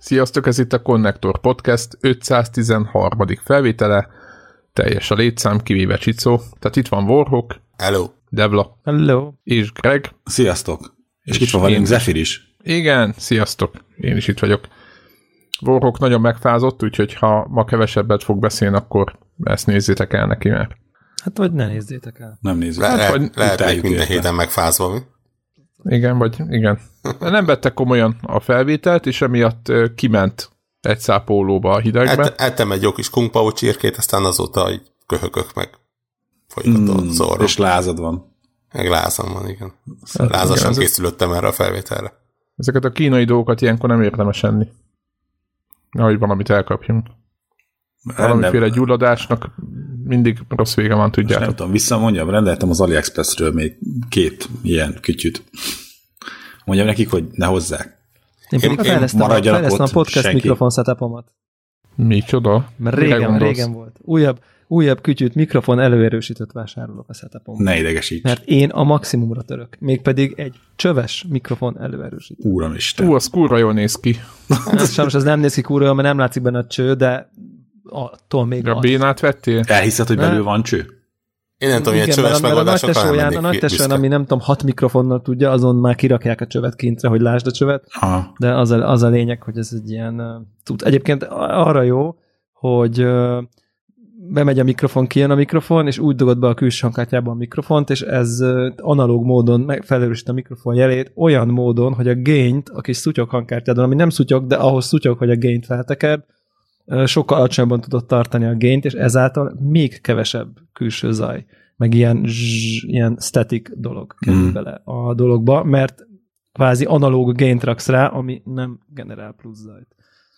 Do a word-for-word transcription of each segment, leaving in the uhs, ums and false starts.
Sziasztok, ez itt a Konnektor Podcast ötszáztizenharmadik felvétele, teljes a létszám, kivéve Csicó. Tehát itt van Warhawk, hello, Devla, hello, és Greg. Sziasztok. És, és itt van velünk Zephyr is. Igen, sziasztok, én is itt vagyok. Warhawk nagyon megfázott, úgyhogy ha ma kevesebbet fog beszélni, akkor ezt nézzétek el neki, mert... Hát vagy ne nézzétek el. Nem nézzük. Le, hát, le, vagy lehet még minden héten megfázva, mi? Igen, vagy igen. Nem vettek komolyan a felvételt, és emiatt kiment egy szápólóba a hidegbe. Et, ettem egy jó kis kungpao csirkét, aztán azóta így köhögök meg folytatott mm, szóra. És lázad van. Meg lázam van, igen. Lázasan igen, készülöttem erre a felvételre. Ezeket a kínai dolgokat ilyenkor nem érdemes enni. Ahogy valamit elkapjunk. Valamiféle gyulladásnak mindig rossz vége van, tudjátok. Nem tudom, visszamondjam, rendeltem az AliExpressről még két ilyen kütyüt. Mondjam nekik, hogy ne hozzák. Én pedig fejlesztem a, a podcast senki. Mikrofon setupomat. Micsoda? Mert régen, régen volt. Újabb, újabb kütyűt, mikrofon előerősített vásárolok a setupomban. Ne idegesíts. Mert én a maximumra török. Mégpedig egy csöves mikrofon előerősített. Úramisten. Ú, az kurva jól néz ki. Hát, sajnos az nem néz ki kurva, mert nem látszik benne a cső, de attól még a bénát vettél? Elhiszed, hogy belül van cső? Én nem tudom, hogy egy csöves megoldásokkal nem mennék. A nagy tesóján, ami nem tudom, hat mikrofonnal tudja, azon már kirakják a csövet kintre, hogy lásd a csövet. Aha. De az a, az a lényeg, hogy ez egy ilyen... Uh, tud. Egyébként arra jó, hogy uh, bemegy a mikrofon, kijön a mikrofon, és úgy dugod be a külső hangkártyába a mikrofont, és ez uh, analóg módon felelősít a mikrofon jelét olyan módon, hogy a gaint, a kis szutyok hangkártyádon, ami nem szutyok, de ahhoz szutyok, hogy a gaint feltekerd, sokkal alacsonyabban tudott tartani a gaint, és ezáltal még kevesebb külső zaj, meg ilyen, zs, ilyen static dolog kerül mm. bele a dologba, mert kvázi analóg gaint raksz rá, ami nem generál plusz zajt.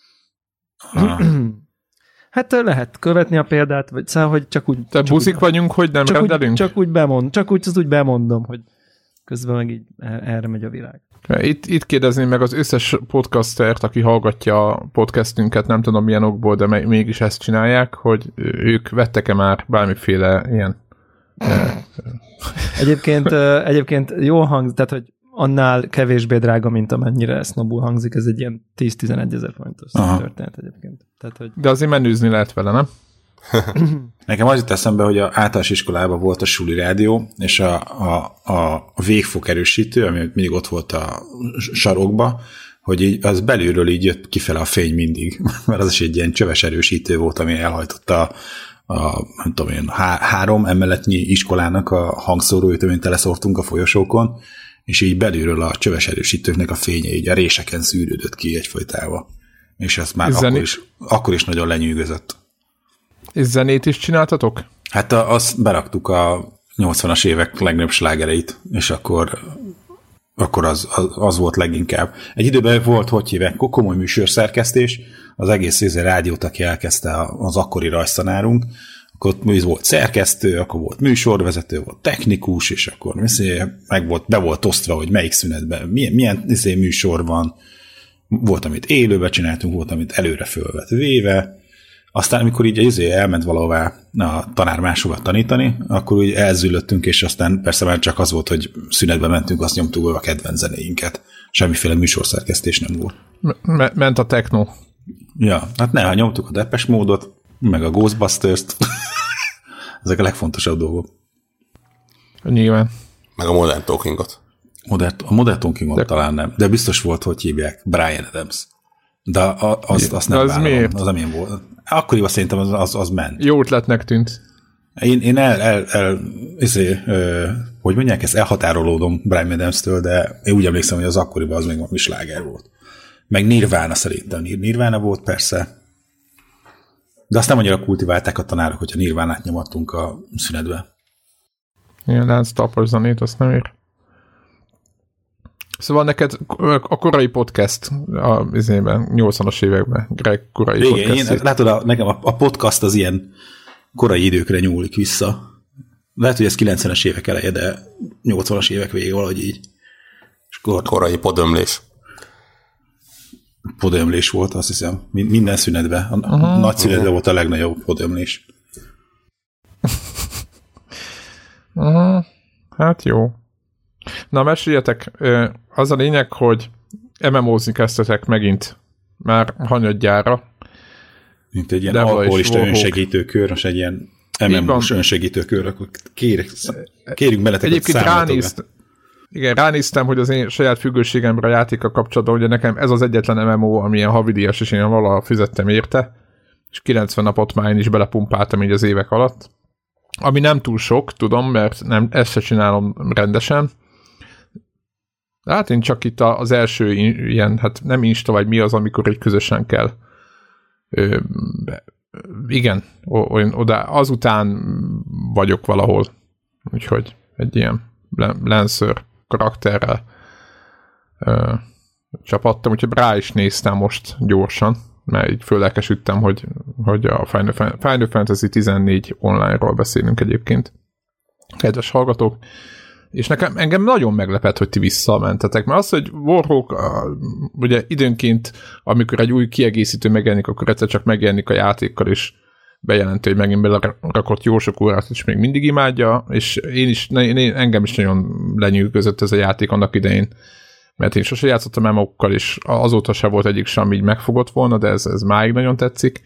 Hát lehet követni a példát, vagy szóval, hogy csak úgy... Te buszik úgy, vagyunk, hogy nem csak rendelünk? Úgy, csak úgy bemond, csak úgy, az úgy bemondom, hogy közben meg így erre megy a világ. Itt, itt kérdezném meg az összes podcastert, aki hallgatja a podcastünket, nem tudom milyen okból, de mégis ezt csinálják, hogy ők vettek-e már bármiféle ilyen... Egyébként, egyébként jó hangzik, tehát hogy annál kevésbé drága, mint amennyire sznobul hangzik, ez egy ilyen tíz-tizenegy ezer forintos történet egyébként. Tehát, hogy... De azért menőzni lehet vele, nem? Nekem az jut eszembe, hogy a általános iskolában volt a suli rádió, és a, a, a végfok erősítő, ami mindig ott volt a sarokba, hogy így, az belülről így jött kifele a fény mindig, mert az is egy ilyen csöves erősítő volt, ami elhajtotta a, a nem tudom én, há, három emeletnyi iskolának a hangszóróit, amit teleszórtunk a folyosókon, és így belülről a csöves erősítőknek a fénye így a réseken szűrődött ki egyfolytában. És ez már akkor is, akkor is nagyon lenyűgözött. És zenét is csináltatok? Hát azt beraktuk a nyolcvanas évek legnagyobb slágereit, és akkor, akkor az, az, az volt leginkább. Egy időben volt, hogy hívják, komoly műsorszerkesztés, az egész érző rádiót, aki elkezdte az akkori rajztanárunk, akkor volt szerkesztő, akkor volt műsorvezető, volt technikus, és akkor meg volt, be volt osztva, hogy melyik szünetben milyen, milyen műsor van. Volt, amit élőbe csináltunk, volt, amit előre fölvett véve. Aztán, amikor így azért elment valahová a tanár máshova tanítani, akkor úgy elzüllöttünk, és aztán persze már csak az volt, hogy szünetbe mentünk, azt nyomtuk be a kedvenc zenéinket. Semmiféle műsorszerkesztés nem volt. M- ment a techno. Ja, hát ne, ha nyomtuk a Depeche Mode-ot, meg a Ghostbusters-t. Ezek a legfontosabb dolgok. Nyilván. Meg a Modern Talkingot. Modern, a Modern Talkingot de... talán nem, de biztos volt, hogy hívják, Bryan Adams. De a, azt, azt nem az vállalom. Miért? Az amilyen volt. Akkoriban szerintem az, az, az ment. Jó ötletnek tűnt. Én, én el, el, el izé, ö, hogy mondják, ezt elhatárolódom Bryan Adams-től, de én úgy emlékszem, hogy az akkoriban az még valami sláger volt. Meg Nirvana szerintem. Nirvana volt persze. De azt nem annyira kultiválták a tanárok, hogyha Nirvánát nyomattunk a szünetbe. Igen, Lance Tapper zenét, azt nem ér. Szóval neked a korai podcast a izében, nyolcvanas években, Greg korai igen, podcast. Én, látod, a, nekem a, a podcast az ilyen korai időkre nyúlik vissza. Lehet, hogy ez kilencvenes évek eleje, de nyolcvanas évek vége valahogy így. És akkor korai podömlés. Podömlés volt, azt hiszem. Minden szünetben. A uh-huh. nagy szünetben uh-huh. volt a legnagyobb podömlés. uh-huh. Hát jó. Na, meséljetek, az a lényeg, hogy em em ó-zni kezdtetek megint már hanyadjára. Mint egy ilyen alkoholista önsegítőkör, most egy ilyen em em o-s önsegítőkör, akkor kérek, kérjünk beletek, hogy számoltok. Igen, ránéztem, hogy az én saját függőségemre a játékkal kapcsolatban, ugye nekem ez az egyetlen em em o, ami ilyen havidíjas, és én valaha fizettem érte, és kilencven napot már én is belepumpáltam így az évek alatt. Ami nem túl sok, tudom, mert nem, ezt se csinálom rendesen. De hát én csak itt az első ilyen, hát nem Insta, vagy mi az, amikor egy közösen kell. Ö, igen, oda, azután vagyok valahol. Úgyhogy egy ilyen Lancer karakterrel ö, csapattam, úgyhogy rá is néztem most gyorsan, mert így föllelkesültem, hogy, hogy a Final, Final Fantasy tizennégy online-ról beszélünk egyébként. Kedves hallgatók, és nekem engem nagyon meglepett, hogy ti visszamentetek, mert az, hogy Warhawk ugye időnként, amikor egy új kiegészítő megjelenik, akkor egyszer csak megjelenik a játékkal, és bejelenti, hogy megint belerakott jó sok órát, és még mindig imádja, és én is, én, engem is nagyon lenyűgözött ez a játék annak idején, mert én sose játszottam em em o-kkal, és azóta se volt egyik sem így megfogott volna, de ez, ez máig nagyon tetszik.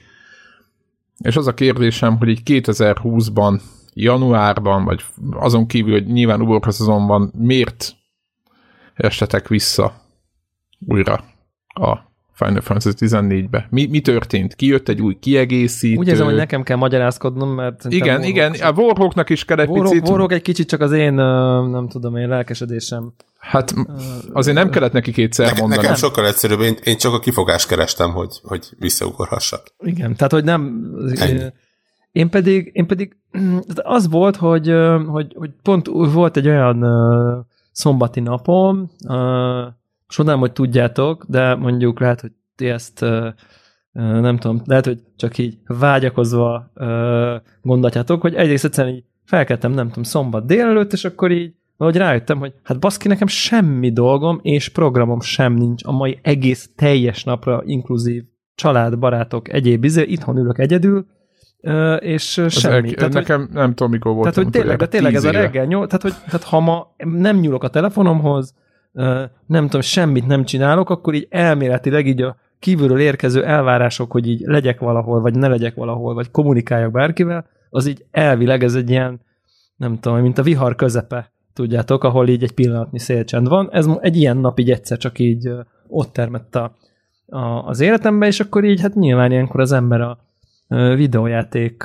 És az a kérdésem, hogy így kétezer-húszban, januárban, vagy azon kívül, hogy nyilván uborka szezon van, miért estetek vissza újra a Final Fantasy tizennégybe? Mi, mi történt? Kijött egy új kiegészítő? Úgy érzem, hogy nekem kell magyarázkodnom, mert... Igen, Warhawk igen, a Warhawknak is kell egy Warhawk, picit... Warhawk egy kicsit csak az én, nem tudom, én lelkesedésem. Hát azért nem kellett neki kétszer nekem, mondani. Nekem sokkal egyszerűbb, én, én csak a kifogást kerestem, hogy, hogy visszaugorhassak. Igen, tehát hogy nem... Ennyi. Én pedig, én pedig az volt, hogy, hogy, hogy pont volt egy olyan uh, szombati napom, uh, mondanám, hogy tudjátok, de mondjuk lehet, hogy ti ezt uh, nem tudom, lehet, hogy csak így vágyakozva uh, gondoljátok, hogy egyrészt egyszerűen így felkeltem, nem tudom, szombat délelőtt, és akkor így valahogy rájöttem, hogy hát baszki, nekem semmi dolgom, és programom sem nincs a mai egész teljes napra, inkluzív család, barátok, egyéb izé, itthon ülök egyedül, Uh, és uh, semmi. Eg- tehát, nekem hogy, nem tudom, mikor voltam. Tehát, hogy tényleg, de tényleg ez a reggel nyolc, tehát, hogy tehát, ha ma nem nyúlok a telefonomhoz, uh, nem tudom, semmit nem csinálok, akkor így elméletileg így a kívülről érkező elvárások, hogy így legyek valahol, vagy ne legyek valahol, vagy kommunikáljak bárkivel, az így elvileg ez egy ilyen, nem tudom, mint a vihar közepe, tudjátok, ahol így egy pillanatnyi szélcsend van. Ez egy ilyen nap így egyszer csak így uh, ott termett a, a, az életembe, és akkor így hát nyilván ilyenkor az ember a videójáték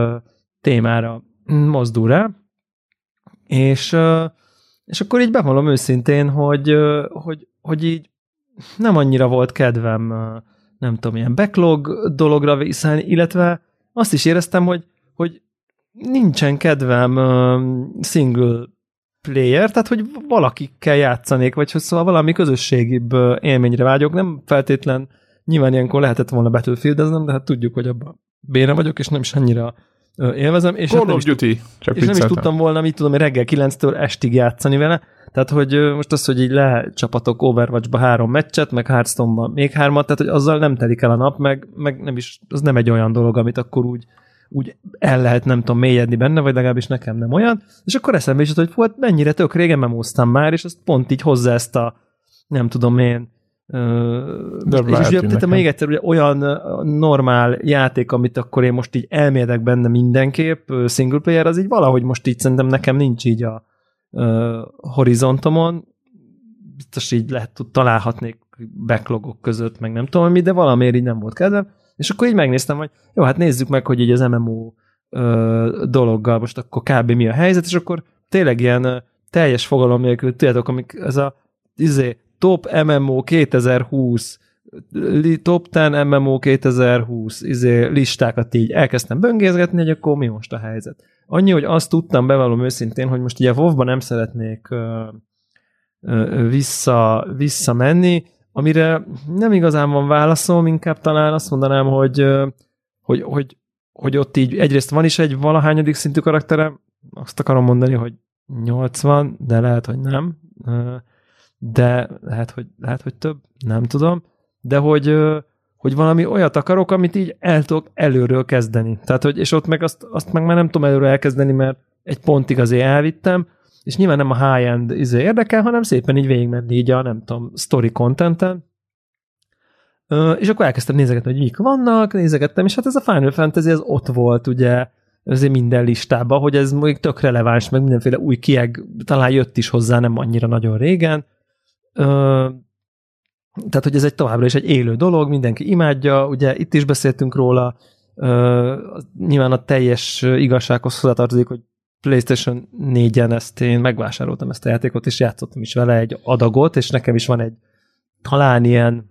témára mozdul rá, és, és akkor így bevallom őszintén, hogy, hogy, hogy így nem annyira volt kedvem, nem tudom, ilyen backlog dologra visszaállni, illetve azt is éreztem, hogy, hogy nincsen kedvem single player, tehát hogy valakikkel játszanék, vagy hogy szóval valami közösségibb élményre vágyok, nem feltétlen, nyilván ilyenkor lehetett volna Battlefield-eznem, de hát tudjuk, hogy abban béna vagyok, és nem is annyira élvezem. És, Call hát of Duty. Csak és nem is tudtam volna, mit tudom, reggel kilenctől estig játszani vele. Tehát, hogy most az, hogy így lecsapatok Overwatch-ba három meccset, meg Hearthstone-ba még hármat, tehát, hogy azzal nem telik el a nap, meg, meg nem is, az nem egy olyan dolog, amit akkor úgy, úgy el lehet, nem tudom, mélyedni benne, vagy legalábbis nekem nem olyan. És akkor eszembe is, hogy volt, mennyire tök régen memóztam már, és azt pont így hozzá ezt a, nem tudom én, De és ugye, tehát még egyszer ugye, olyan normál játék, amit akkor én most így elméletek benne mindenképp, single player, az így valahogy most így szerintem nekem nincs így a uh, horizontomon, biztos így lehet, találhatnék backlogok között, meg nem tudom mi, de valamiért így nem volt kedvem, és akkor így megnéztem, hogy jó, hát nézzük meg, hogy így az em em o uh, dologgal most akkor kb. Mi a helyzet, és akkor tényleg ilyen uh, teljes fogalom nélkül, tudjátok, amik ez a izé, Top em em o kétezer-húsz, Top tíz em em o kétezer-húsz izé, listákat így elkezdtem böngészgetni, hogy akkor mi most a helyzet. Annyi, hogy azt tudtam, bevallom őszintén, hogy most ugye a WoW-ba nem szeretnék ö, ö, vissza, visszamenni, amire nem igazán van válaszom, inkább talán azt mondanám, hogy, ö, hogy, hogy, hogy ott így egyrészt van is egy valahányadik szintű karakterem, azt akarom mondani, hogy nyolcvan, de lehet, hogy nem. Ö, de lehet, hogy, lehet, hogy több, nem tudom, de hogy, hogy valami olyat akarok, amit így el tudok előről kezdeni. Tehát, hogy, és ott meg azt, azt meg már nem tudom előről elkezdeni, mert egy pontig azért elvittem, és nyilván nem a high-end izé érdekel, hanem szépen így végigmenni így a, nem tudom, story contenten. és akkor elkezdtem nézegetni, hogy mik vannak, nézegettem, és hát ez a Final Fantasy ez ott volt, ugye, azért minden listában, hogy ez még tök releváns, meg mindenféle új kieg, talán jött is hozzá nem annyira nagyon régen. Tehát, hogy ez egy továbbra is egy élő dolog, mindenki imádja, ugye itt is beszéltünk róla, nyilván a teljes igazsághoz hozzátartozik, hogy PlayStation négyen ezt én megvásároltam ezt a játékot, és játszottam is vele egy adagot, és nekem is van egy talán ilyen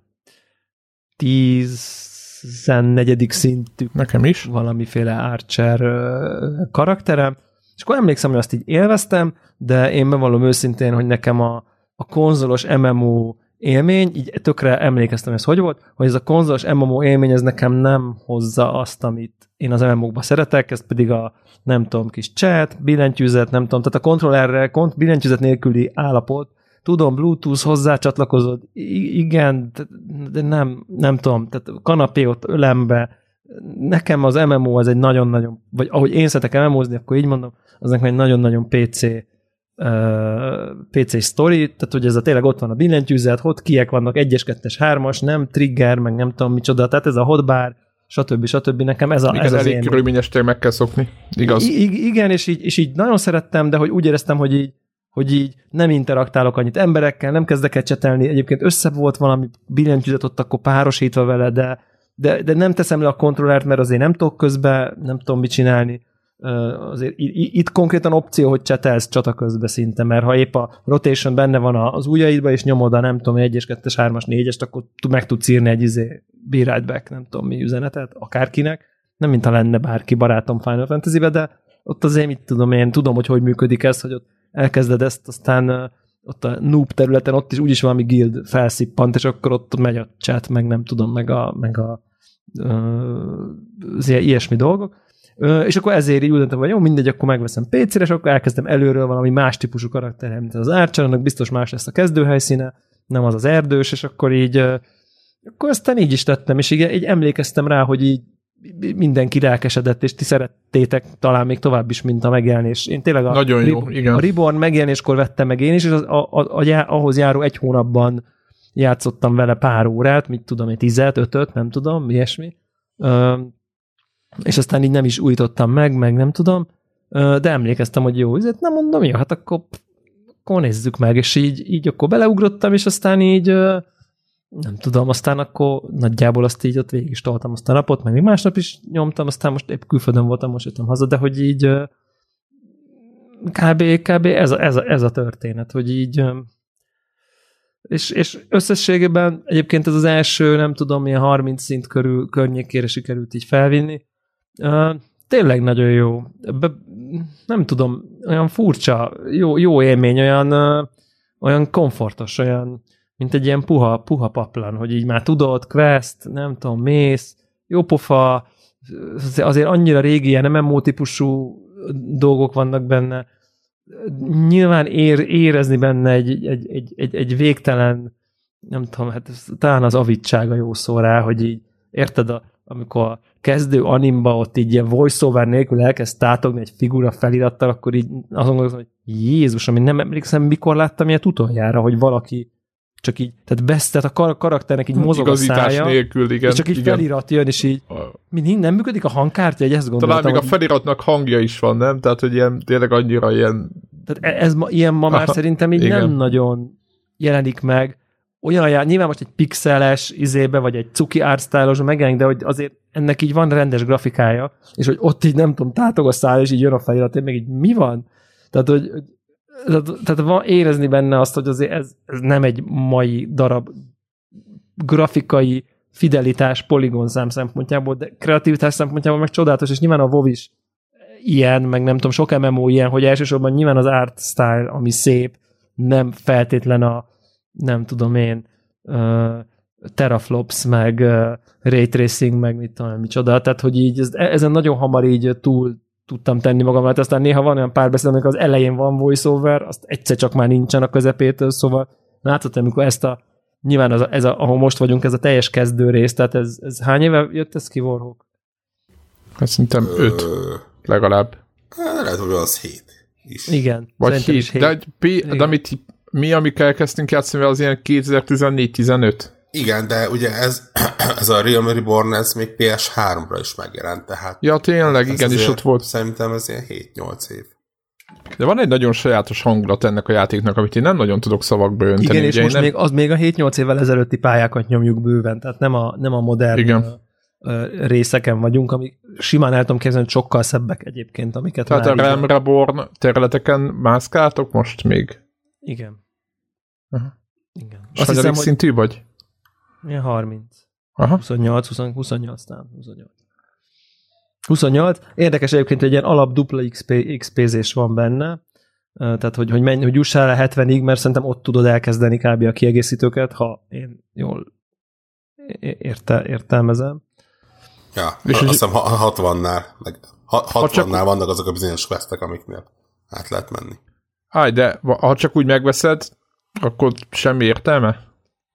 tizennegyedik szintű nekem is valamiféle Archer karakterem, és akkor emlékszem, hogy azt így élveztem, de én bevallom őszintén, hogy nekem a, a konzolos em em o élmény, így tökre emlékeztem, hogy ez hogy volt, hogy ez a konzolos em em o élmény, ez nekem nem hozza azt, amit én az em em o-kba szeretek, ez pedig a, nem tudom, kis chat, billentyűzet, nem tudom, tehát a kontrollerre, kont- billentyűzet nélküli állapot, tudom, Bluetooth hozzá csatlakozod, I- igen, de nem, nem tudom, tehát kanapé ott ölembe, nekem az em em o az egy nagyon-nagyon, vagy ahogy én szeretek em em o-zni, akkor így mondom, az nekem egy nagyon-nagyon pé cé Uh, pé cé sztori, tehát hogy ez a tényleg ott van a billentyűzet, hotkiek vannak, egyes, kettes, hármas, nem trigger, meg nem tudom micsoda, tehát ez a hotbar, stb. Stb. Nekem ez, a, igen, ez az elég én... körülményes tényleg meg kell szokni, igaz? I- I- igen, és így, és így nagyon szerettem, de hogy úgy éreztem, hogy így, hogy így nem interaktálok annyit emberekkel, nem kezdek el csetelni, egyébként össze volt valami billentyűzet ott akkor párosítva vele, de, de, de nem teszem le a kontrollert, mert azért nem tudok közben, nem tudom mit csinálni. Uh, azért itt konkrétan opció, hogy csetelsz csata közben szinte, mert ha épp a rotation benne van az ujjaidba, és nyomod a nem tudom, egyes, kettes, hármas, négyest, akkor meg tudsz írni egy izé, be right back, nem tudom mi üzenetet, akárkinek. Nem mintha lenne bárki barátom Final Fantasy-be, de ott azért mit tudom én, tudom, hogy hogy működik ez, hogy ott elkezded ezt, aztán uh, ott a noob területen, ott is úgyis valami guild felszippant, és akkor ott megy a chat, meg nem tudom, meg a, meg a uh, az ilyesmi dolgok. Uh, és akkor ezért így úgy döntem, hogy jó, mindegy, akkor megveszem pé cére, és akkor elkezdem előről valami más típusú karakterem, mint az Archer, annak biztos más lesz a kezdőhelyszíne, nem az az erdős, és akkor így uh, akkor aztán így is tettem, és így, így emlékeztem rá, hogy így mindenki lelkesedett, és ti szerettétek talán még tovább is, mint a megjelenés. Én tényleg a, Nagyon jó, Rib- igen. a Reborn megjelenéskor vettem meg én is, és az, a, a, a, a, ahhoz járó egy hónapban játszottam vele pár órát, mit tudom én, tizet, ötöt, nem tudom, ilyesmi. Uh, és aztán így nem is újítottam meg, meg nem tudom, de emlékeztem, hogy jó, ezért nem mondom, jó, hát akkor, akkor nézzük meg, és így, így akkor beleugrottam, és aztán így nem tudom, aztán akkor nagyjából azt így ott végig is toltam azt a napot, meg még másnap is nyomtam, aztán most épp külföldön voltam, most jöttem haza, de hogy így kb. kb. Ez a, ez a, ez a történet, hogy így és, és összességében egyébként ez az első, nem tudom, milyen harminc szint körül környékére sikerült így felvinni. Uh, tényleg nagyon jó. Be, nem tudom, olyan furcsa, jó, jó élmény, olyan, uh, olyan komfortos, olyan, mint egy ilyen puha, puha paplan, hogy így már tudod, quest, nem tudom, mész, jó pofa, azért annyira régi ilyen em em o típusú dolgok vannak benne. Nyilván ér, érezni benne egy, egy, egy, egy, egy végtelen, nem tudom, hát talán az avidsága jó szó rá, hogy így, érted, a, amikor a kezdő animba ott így ilyen voice-over nélkül elkezd tátogni egy figura felirattal, akkor így azon gondolom, hogy Jézus, ami nem emlékszem, mikor láttam ilyet utoljára, hogy valaki csak így, tehát best, tehát a kar- karakternek így mozog a szája, nélkül, igen, és csak így igen. felirat jön, és így mi, nem működik a hangkártya, egy ezt gondoltam. Talán még hogy... a feliratnak hangja is van, nem? Tehát, hogy ilyen, tényleg annyira ilyen... Tehát ez ma, ilyen ma már szerintem így igen. Nem nagyon jelenik meg. Olyan jár, nyilván most egy pixeles izébe, vagy egy cuki artstyle-os megjelenik, de hogy azért ennek így van rendes grafikája, és hogy ott így nem tudom, tátog a szál, és így jön a felirat, én meg így mi van? Tehát, hogy tehát, tehát van érezni benne azt, hogy azért ez, ez nem egy mai darab grafikai fidelitás, poligonszám szempontjából, de kreativitás szempontjából meg csodálatos, és nyilván a WoW is ilyen, meg nem tudom, sok em em o ilyen, hogy elsősorban nyilván az art style, ami szép, nem feltétlen a nem tudom én uh, teraflops, meg uh, ray tracing, meg mit tudom, micsoda, tehát hogy így ez, ezen nagyon hamar így túl tudtam tenni magam, mert aztán néha van olyan párbeszéd, amikor az elején van voiceover, azt egyszer csak már nincsen a közepétől, szóval látod, amikor ezt a nyilván az, ez a, ahol most vagyunk, ez a teljes kezdő rész, tehát ez, ez hány éve jött ez ki, Warhawk? Hát szerintem öt, legalább. Lehet, hogy az hét is. Igen. Vagy hét, de, de, de amit mi, amikor elkezdtünk játszani, az ilyen kétezer-tizennégy tizenöt. Igen, de ugye ez, ez a Realm Reborn, ez még pé es háromra is megjelent, tehát... Ja, tényleg, igen, is ott volt. Szerintem ez ilyen hét-nyolc év. De van egy nagyon sajátos hangulat ennek a játéknak, amit én nem nagyon tudok szavakba önteni. Igen, és most nem... még, az még a hét-nyolc évvel ezelőtti pályákat nyomjuk bőven, tehát nem a, nem a modern igen. részeken vagyunk, amik simán el tudom képzelni, hogy sokkal szebbek egyébként, amiket tehát már... Tehát a Realm Reborn területeken mászkáltok most még? Igen. Aha. Igen. És azt hiszem, szintű hogy... vagy? Ilyen harminc. Aha. huszonnyolc, húsz, huszonnyolc, talán huszonnyolc. huszonnyolc. Érdekes egyébként, hogy ilyen alap dupla iksz pé, iksz pé-zés van benne, tehát hogy, hogy, menj, hogy jussál el hetvenig, mert szerintem ott tudod elkezdeni kb. A kiegészítőket, ha én jól érte, értelmezem. Ja, és azt hiszem hatvannál, meg hatvannál csak... vannak azok a bizonyos questek, amiknél át lehet menni. Háj, de ha csak úgy megveszed, akkor semmi értelme?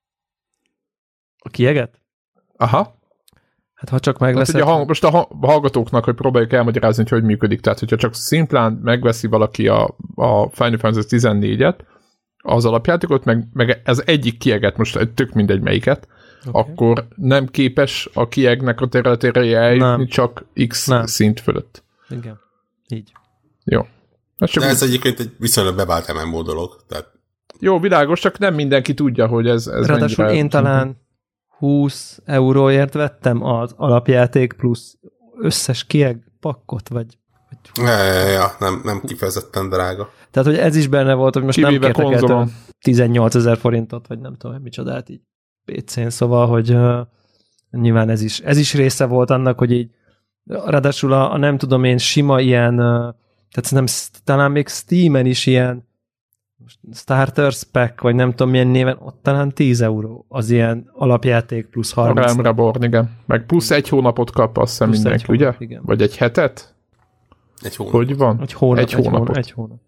A kieget? Aha. Hát ha csak megveszed... Hát, hang, most a hallgatóknak, hogy próbáljuk elmagyarázni, hogy hogy működik. Tehát, hogyha csak szimplán megveszi valaki a, a Final Fantasy tizennégyet, az alapjátékot, meg, meg ez egyik kieget, most tök mindegy melyiket, okay. Akkor nem képes a kiegnek a területére eljutni, csak X nem. Szint fölött. Igen. Így. Jó. Ez De ez úgy... egyébként egy viszonylag bevált em em o dolog. Tehát... Jó, világos, csak nem mindenki tudja, hogy ez, ez ráadásul mennyire... én talán húsz euróért vettem az alapjáték plusz összes kieg pakkot, vagy... vagy... Ja, ja, ja, nem, nem kifejezetten drága. Tehát, hogy ez is benne volt, hogy most Kivéve nem kértek el tizennyolcezer forintot, vagy nem tudom, micsodát így pé cén, szóval, hogy uh, nyilván ez is, ez is része volt annak, hogy így ráadásul a, a nem tudom én sima ilyen, uh, tehát nem, talán még Steamen is ilyen Starters Pack, vagy nem tudom milyen néven, ott talán tíz euró az ilyen alapjáték plusz harminc. A Realm Reborn, igen. Meg plusz egy hónapot kap, azt hiszem mindenki, hónap, ugye? Igen. Vagy egy hetet? Egy hónap. Hogy van? Egy hónap. Egy hónapot. Egy hónap.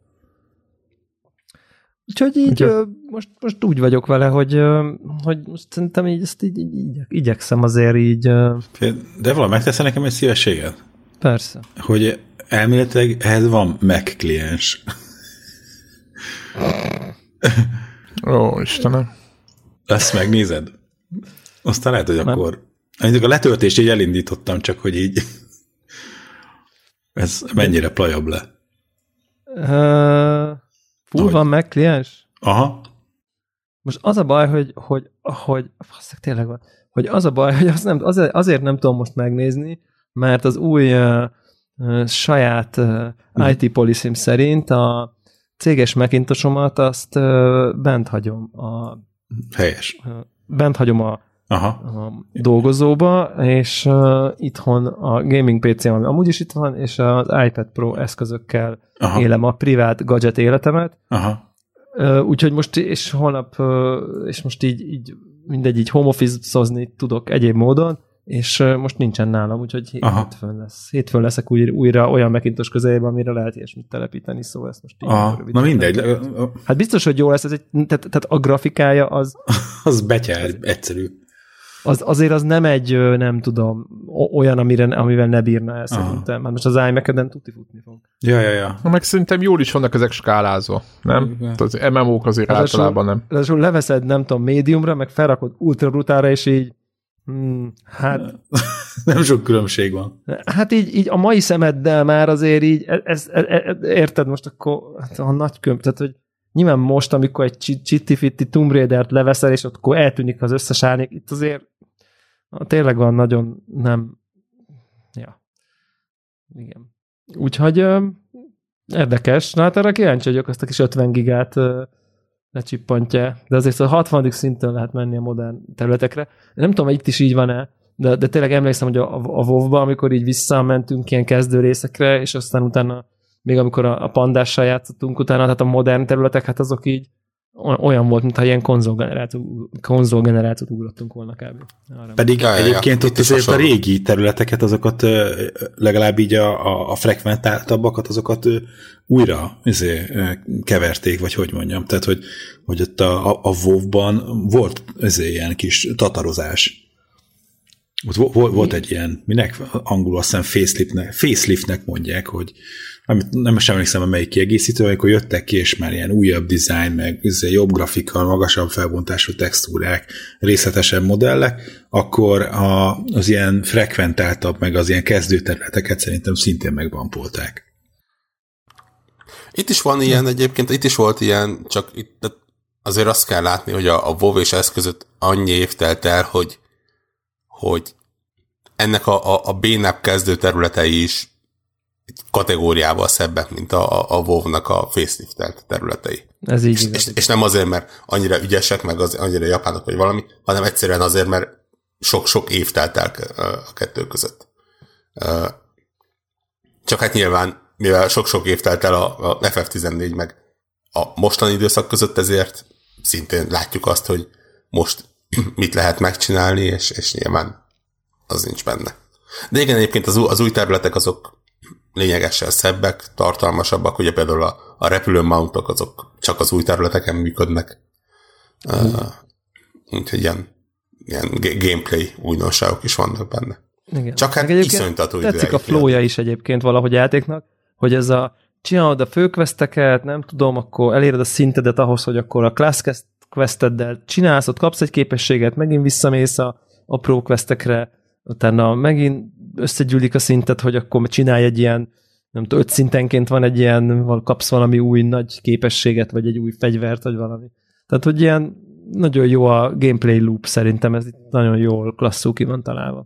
Úgyhogy így ö, most, most úgy vagyok vele, hogy, ö, hogy most szerintem így ezt így, így, így igyekszem azért így... Ö... De valami megteszel nekem egy szívességet? Persze. Hogy elméletileg ehhez van Mac kliens. Ó, Istenem. Ezt megnézed? Aztán lehet, hogy nem. Akkor... A letöltést így elindítottam, csak hogy így... Ez mennyire plajabb le? Uh, full Ahogy. Van meg kliens? Aha. Most az a baj, hogy, hogy, hogy fasszak, tényleg van, hogy az a baj, hogy az nem, azért, azért nem tudom most megnézni, mert az új uh, uh, saját uh, i té policym szerint a céges Macintosomat azt uh, bent hagyom a... Helyes. Uh, bent hagyom a Aha. a dolgozóba, és uh, itthon a gaming pé cém, ami amúgy is itt van, és az iPad Pro eszközökkel Aha. élem a privát gadget életemet. Aha. Uh, úgyhogy most, és holnap, uh, és most így, így mindegy, így home office-ozni tudok egyéb módon, és uh, most nincsen nálam, úgyhogy hétfőn lesz. Hétfőn leszek új, újra olyan Macintosh közelében, amire lehet ilyesmit telepíteni, szóval ezt most így... Na mindegy. Hát biztos, hogy jó lesz, ez egy, tehát, tehát a grafikája az... az betyár, egyszerű. Az, azért az nem egy, nem tudom, olyan, amire, amivel ne bírna el szerintem. Hát most az iMac-eden tuti futni fog. Ja, ja, ja. Meg szerintem jól is vannak ezek skálázva, nem? Ja. Az em em ó-k azért az általában nem. Ráadásul leveszed, nem tudom, médiumra, meg felrakod ultra brutálra, és így hmm, hát... nem sok különbség van. Hát így, így a mai szemeddel már azért így, ez, ez, ez, érted most akkor a nagy kömp, tehát hogy nyilván most, amikor egy csitty-fitti Tomb Raider-t leveszel, és ott akkor eltűnik az összes árnyék, itt azért tényleg van nagyon nem... Ja. Igen. Úgyhogy ö, érdekes. Na hát arra kíváncsi vagyok, azt a kis ötven gigát ö, lecsippantja. De azért a hatvanedik szinten lehet menni a modern területekre. Nem tudom, hogy itt is így van-e, de, de tényleg emlékszem, hogy a, a WoW-ba, amikor így visszamentünk ilyen kezdő részekre, és aztán utána még amikor a, a pandással játszottunk utána, tehát a modern területek, hát azok így olyan volt, mintha ilyen konzolgenerációt ugrottunk volna kb. Arra Pedig ja, egyébként ja, ott azért a régi területeket, azokat legalább így a, a, a frekventáltabbakat, azokat újra izé, keverték, vagy hogy mondjam. Tehát, hogy, hogy ott a, a WoW-ban volt izé, ilyen kis tatarozás. Ott volt egy ilyen, minek angolul azt hiszem faceliftnek, faceliftnek mondják, hogy amit nem sem emlékszem, melyik kiegészítő, amikor jöttek ki, és már ilyen újabb dizájn, meg jobb grafika, magasabb felbontású textúrák, részletesebb modellek, akkor a, az ilyen frekventáltabb, meg az ilyen kezdőterületeket szerintem szintén megbampolták. Itt is van ilyen egyébként, itt is volt ilyen, csak itt azért azt kell látni, hogy a, a WoW és ez között annyi év telt el, hogy, hogy ennek a, a, a bénább kezdőterületei is egy kategóriával szebbek, mint a, a WoW-nak a facelift területei. Ez így és, és, és nem azért, mert annyira ügyesek, meg az, annyira japánok, vagy valami, hanem egyszerűen azért, mert sok-sok év telt el a kettő között. Csak hát nyilván, mivel sok-sok év telt el a, a ef ef tizennégy, meg a mostani időszak között, ezért szintén látjuk azt, hogy most mit lehet megcsinálni, és, és nyilván az nincs benne. De igen, egyébként az, az új területek azok lényegesen szebbek, tartalmasabbak, ugye például a, a repülő mountok azok csak az új területeken működnek. Mm. Uh, úgyhogy ilyen, ilyen gameplay újdonságok is vannak benne. Igen. Csak hát iszonytató idő. Tetszik a flowja is egyébként valahogy játéknak, hogy ez a csinálod a főquesteket, nem tudom, akkor eléred a szintedet ahhoz, hogy akkor a class questeddel csinálsz, ott kapsz egy képességet, megint visszamész a apró questekre, utána megint összegyűlik a szintet, hogy akkor csinálj egy ilyen, nem tudom, öt szintenként van egy ilyen, kapsz valami új nagy képességet, vagy egy új fegyvert, vagy valami. Tehát, hogy ilyen nagyon jó a gameplay loop szerintem, ez itt nagyon jól klasszul ki van találva.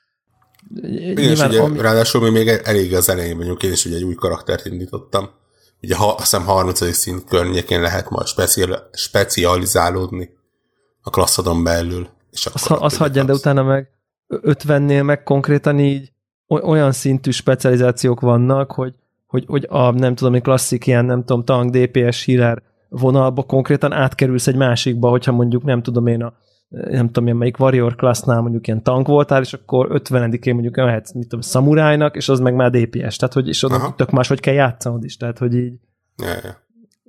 Igen, és ugye, ami... ráadásul mi még elég az elején vagyunk, én is ugye egy új karaktert indítottam. Ugye ha, azt hiszem harmincadik szint környékén lehet majd speciál, specializálódni a klasszodon belül. És azt az hagyján, de utána meg ötvennél meg konkrétan így olyan szintű specializációk vannak, hogy, hogy, hogy a nem tudom, egy klasszik ilyen, nem tudom, tank, dé pé es, healer vonalba konkrétan átkerülsz egy másikba, hogyha mondjuk nem tudom én a nem tudom én melyik warrior classnál mondjuk ilyen tank voltál, és akkor ötvenedikén mondjuk lehetsz, mit tudom, szamurájnak, és az meg már dé pé es, tehát hogy és oda tök máshogy kell játszanod is, tehát hogy így ja, ja.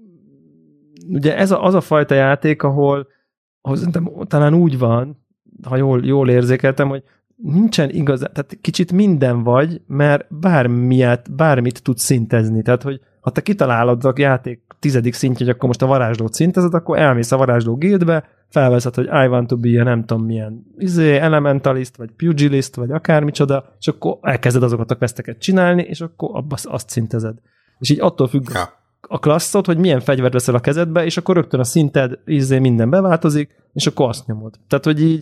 Ugye ez a, az a fajta játék, ahol, ahol szerintem talán úgy van, ha jól, jól érzékeltem, hogy nincsen igazán, tehát kicsit minden vagy, mert bármilyet, bármit tudsz szintezni, tehát hogy ha te kitalálod a játék tizedik szintje, hogy akkor most a varázslót szintezed, akkor elmész a varázsló guildbe, felveszed, hogy I want to be a nem tudom milyen izé, elementalist, vagy pugilist, vagy akármicsoda, és akkor elkezded azokat a questeket csinálni, és akkor abba azt szintezed. És így attól függ ja. a klasszod, hogy milyen fegyvert veszel a kezedbe, és akkor rögtön a szinted izé minden beváltozik, és akkor azt nyomod. Tehát, hogy így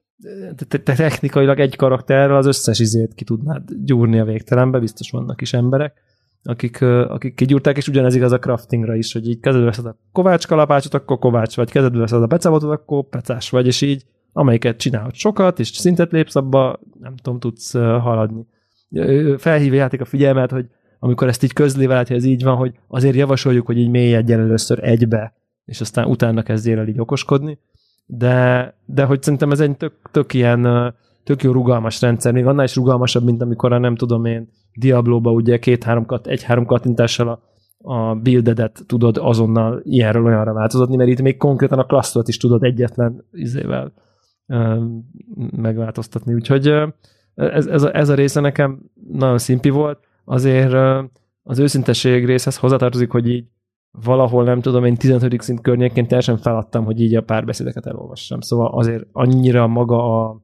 te technikailag egy karakterrel az összes izét ki tudnád gyúrni a végtelenbe, biztos vannak is emberek, akik, akik kigyúrták, és ugyanez igaz a craftingra is, hogy így kezedbe veszed a kovács kalapácsot, akkor kovács vagy, kezedbe veszed a pecavotot, akkor pecás vagy, és így amelyiket csinálod sokat, és szintet lépsz abba, nem tudom, tudsz haladni. Felhívja játék a figyelmet, hogy amikor ezt így közli veled, hogy ez így van, hogy azért javasoljuk, hogy így mélyedj el először egybe, és aztán utána kezdjél el így okoskodni, de, de hogy szerintem ez egy tök, tök ilyen tök jó rugalmas rendszer, még annál is rugalmasabb, mint amikor a nem tudom én Diablo-ba ugye két-három kat, egy-három kattintással a, a buildedet tudod azonnal ilyenről olyanra változtatni, mert itt még konkrétan a klasszot is tudod egyetlen izével ö, megváltoztatni. Úgyhogy ö, ez, ez, a, ez a része nekem nagyon szimpi volt. Azért ö, az őszintesség részhez hozzátartozik, hogy így valahol nem tudom, én tizenötödik szint környékén teljesen feladtam, hogy így a párbeszédeket elolvassam. Szóval azért annyira maga a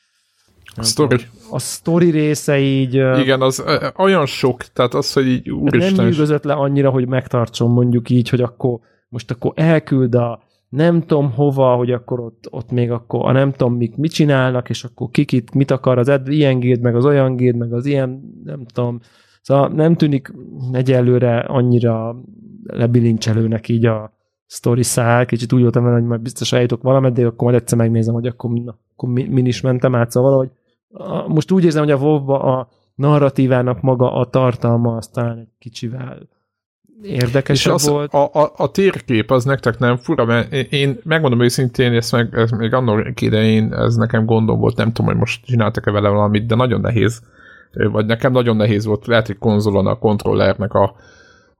A sztori. A sztori része így... Igen, az ö, olyan sok, tehát az, hogy így úristen... Nem nyűgözött le annyira, hogy megtartson mondjuk így, hogy akkor most akkor elküld a nem tudom hova, hogy akkor ott, ott még akkor a nem tudom mik mit csinálnak, és akkor kikit mit akar az ed, ilyen guild, meg az olyan guild, meg az ilyen, nem tudom. Szóval nem tűnik egyelőre annyira lebilincselőnek így a sztori szál, kicsit úgy voltam vele, hogy majd biztos eljutok valameddig, akkor majd egyszer megnézem, hogy akkor, na, akkor min is mentem át, szóval valahogy a, most úgy érzem, hogy a WoW-ba a narratívának maga a tartalma aztán egy kicsivel érdekesebb az, volt. A, a, a térkép az nektek nem fura, mert én megmondom őszintén, ezt meg, ez még annak idején ez nekem gondom volt, nem tudom, hogy most csináltak-e vele valamit, de nagyon nehéz, vagy nekem nagyon nehéz volt, lehet, hogy konzolon a kontrollernek a,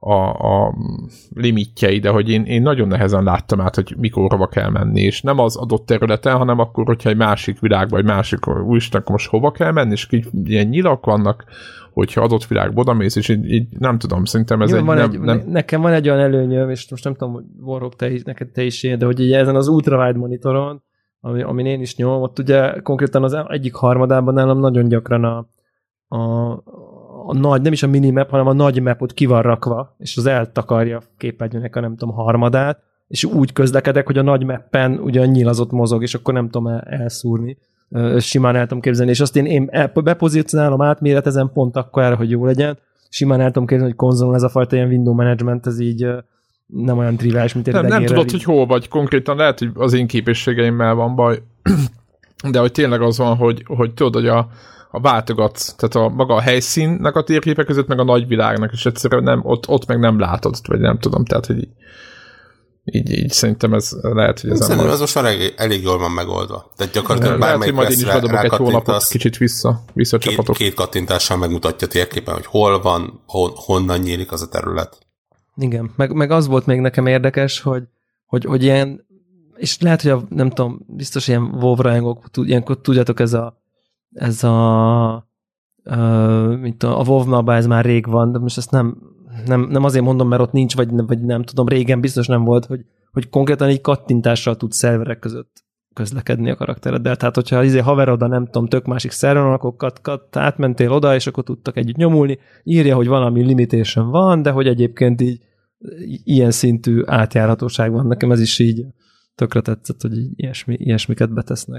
a, a limitjei, de hogy én, én nagyon nehezen láttam át, hogy mikor hova kell menni, és nem az adott területen, hanem akkor, hogyha egy másik világban, egy másik, úristen, akkor most hova kell menni, és így ilyen nyilak vannak, hogyha adott világba odamész, és így, így nem tudom, szerintem ez Jó, egy, van nem, egy... nem... Nekem van egy olyan előnyöm, és most nem tudom, hogy Warhawk, te is, neked te is ilyen, de hogy így ezen az ultrawide monitoron, ami, amin én is nyomom, ott ugye konkrétan az egyik harmadában nálam nagyon gyakran a, a, a nagy, nem is a minimap, hanem a nagy map ott ki van rakva, és az eltakarja a képernyőnek a nem tudom harmadát, és úgy közlekedek, hogy a nagy mappen ugye a nyilazott mozog, és akkor nem tudom el, elszúrni. Simán el tudom képzelni, és azt én, én bepozícionálom, átméretezem pont akkor erre, hogy jó legyen. Simán el tudom képzelni, hogy konzolon ez a fajta ilyen window management, ez így nem olyan triviális, mint egy Nem, nem tudod, így. hogy hol vagy konkrétan, lehet, hogy az én képességeimmel van baj, de hogy tényleg az van, hogy, hogy tudod, hogy a, a váltogatsz, tehát a maga a helyszínnek a térképe között, meg a nagyvilágnak, és egyszerűen nem, ott, ott meg nem látod, vagy nem tudom, tehát, hogy így, így, így szerintem ez lehet, hogy ez szerintem nem ez most már elég, elég jól van megoldva. Tehát gyakorlatilag lehet, hogy majd én is bedobok egy hónapot, kicsit vissza, visszacsapatok. Két, két kattintással megmutatja térképen, hogy hol van, hon, honnan nyílik az a terület. Igen, meg, meg az volt még nekem érdekes, hogy, hogy, hogy ilyen, és lehet, hogy a, nem tudom, biztos ilyen WoW rajongók, ilyenkor tudjátok, ez a ez a uh, mint a, a WoW mapban ez már rég van, de most ezt nem, nem, nem azért mondom, mert ott nincs, vagy, vagy nem tudom, régen biztos nem volt, hogy, hogy konkrétan egy kattintással tudsz szerverek között közlekedni a karaktereddel. Tehát, hogyha izé haverod a nem tudom, tök másik szerveren, akkor kat, kat, átmentél oda, és akkor tudtak együtt nyomulni. Írja, hogy valami limitation van, de hogy egyébként így ilyen szintű átjárhatóság van. Nekem ez is így tökre tetszett, hogy így ilyesmi, ilyesmiket betesznek.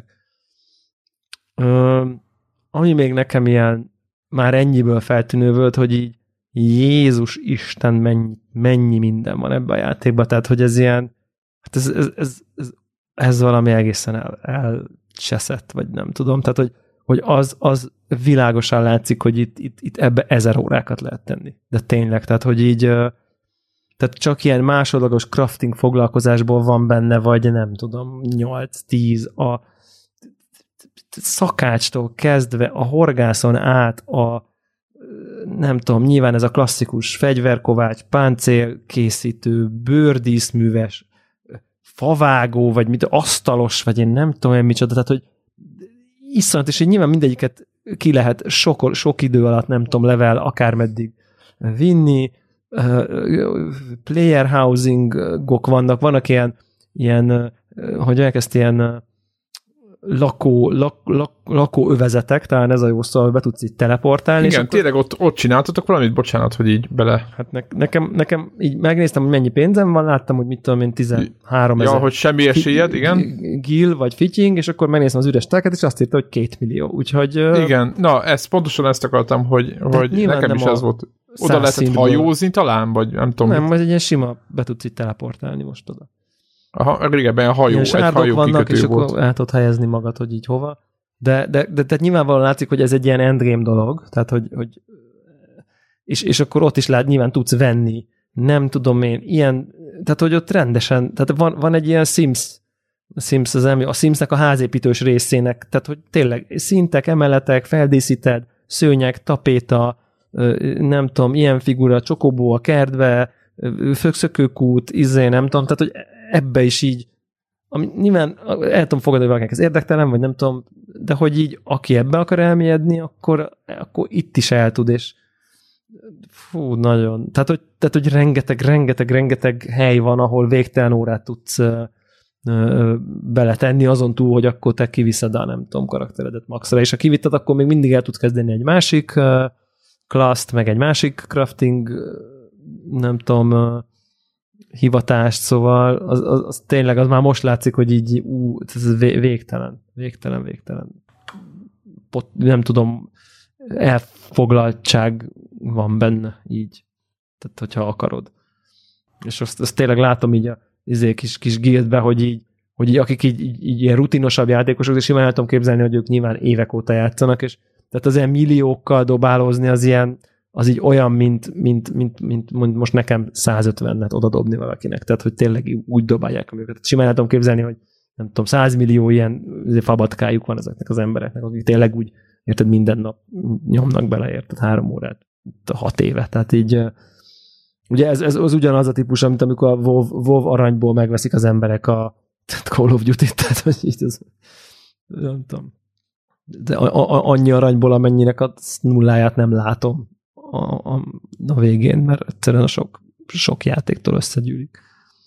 Ö, ami még nekem ilyen már ennyiből feltűnő volt, hogy így Jézus Isten, mennyi, mennyi minden van ebben a játékban, tehát hogy ez ilyen, hát ez, ez, ez, ez, ez valami egészen el, elcseszett, vagy nem tudom, tehát hogy, hogy az, az világosan látszik, hogy itt, itt, itt ebbe ezer órákat lehet tenni. De tényleg, tehát hogy így, tehát csak ilyen másodlagos crafting foglalkozásból van benne, vagy nem tudom, nyolc-tíz a szakácstól kezdve a horgászon át a nem tudom, nyilván ez a klasszikus fegyverkovács, páncélkészítő, bőrdíszműves, favágó, vagy mit, asztalos, vagy én nem tudom, micsoda, tehát, hogy iszonyat, és így nyilván mindegyiket ki lehet sok, sok idő alatt, nem tudom, level akármeddig vinni, player housingok vannak, vannak ilyen, ilyen hogy elkezd ilyen lakó, lak, lak, lakóövezetek, talán ez a jó szó, be tudsz így teleportálni. Igen, és tényleg ott, ott csináltatok valamit, bocsánat, hogy így bele... Hát ne, nekem, nekem így megnéztem, hogy mennyi pénzem van, láttam, hogy mit tudom én, tizenhárom ezer. Ja, hogy semmi esélyed, igen. Gil vagy fitting, és akkor megnéztem az üres telket, és azt írta, hogy két millió. Úgyhogy... Igen, na, ezt, pontosan ezt akartam, hogy, hogy nekem is ez volt. Oda lehetett hajózni talán, vagy nem tudom. Nem, vagy egy ilyen sima, be tudsz így teleportálni most oda. Aha, régebben a hajó, egy hajó vannak, és volt. akkor el tudod helyezni magad, hogy így hova. De, de, de tehát nyilvánvalóan látszik, hogy ez egy ilyen endgame dolog, tehát hogy, hogy és, és akkor ott is lát, nyilván tudsz venni, nem tudom én, ilyen, tehát hogy ott rendesen, tehát van, van egy ilyen Sims, Sims az emlő, a Simsnek a házépítős részének, tehát hogy tényleg szintek, emeletek, feldíszíted, szőnyeg, tapéta, nem tudom, ilyen figura, csokobó a kertbe, szökőkút, izé, nem tudom, tehát hogy ebbe is így, ami nyilván el tudom fogadni, hogy valakinek ez érdektelen, vagy nem tudom, de hogy így, aki ebbe akar elmélyedni, akkor, akkor itt is el tud, és fú, nagyon. Tehát hogy, tehát, hogy rengeteg, rengeteg, rengeteg hely van, ahol végtelen órát tudsz ö, ö, beletenni, azon túl, hogy akkor te kiviszed a, nem tudom, karakteredet maxra, és ha kivitted, akkor még mindig el tudsz kezdeni egy másik uh, class-t, meg egy másik crafting, nem tudom, uh, hivatást, szóval az, az, az tényleg, az már most látszik, hogy így ú, ez végtelen, végtelen, végtelen. Pot, nem tudom, elfoglaltság van benne, így. Tehát, hogyha akarod. És azt, azt tényleg látom így a izé, kis, kis guildbe, hogy így, hogy így, akik így, így, így ilyen rutinosabb játékosok, és simán el tudom képzelni, hogy ők nyilván évek óta játszanak, és tehát az ilyen milliókkal dobálózni az ilyen, az így olyan, mint, mint, mint, mint, mint most nekem százötvenet odadobni valakinek. Tehát, hogy tényleg úgy dobálják őket. Tehát simán el tudom képzelni, hogy nem tudom, száz millió ilyen fabatkájuk van ezeknek az embereknek, akik tényleg úgy, érted, minden nap nyomnak bele, érted, három órát, hat éve. Tehát így Ugye ez, ez az ugyanaz a típus, amit amikor a WoW, WoW aranyból megveszik az emberek a Call of Duty-t, tehát hogy így ez, nem tudom. De a, a, annyi aranyból, amennyinek a nulláját nem látom a, a, a végén, mert egyszerűen a sok, sok játéktól összegyűlik.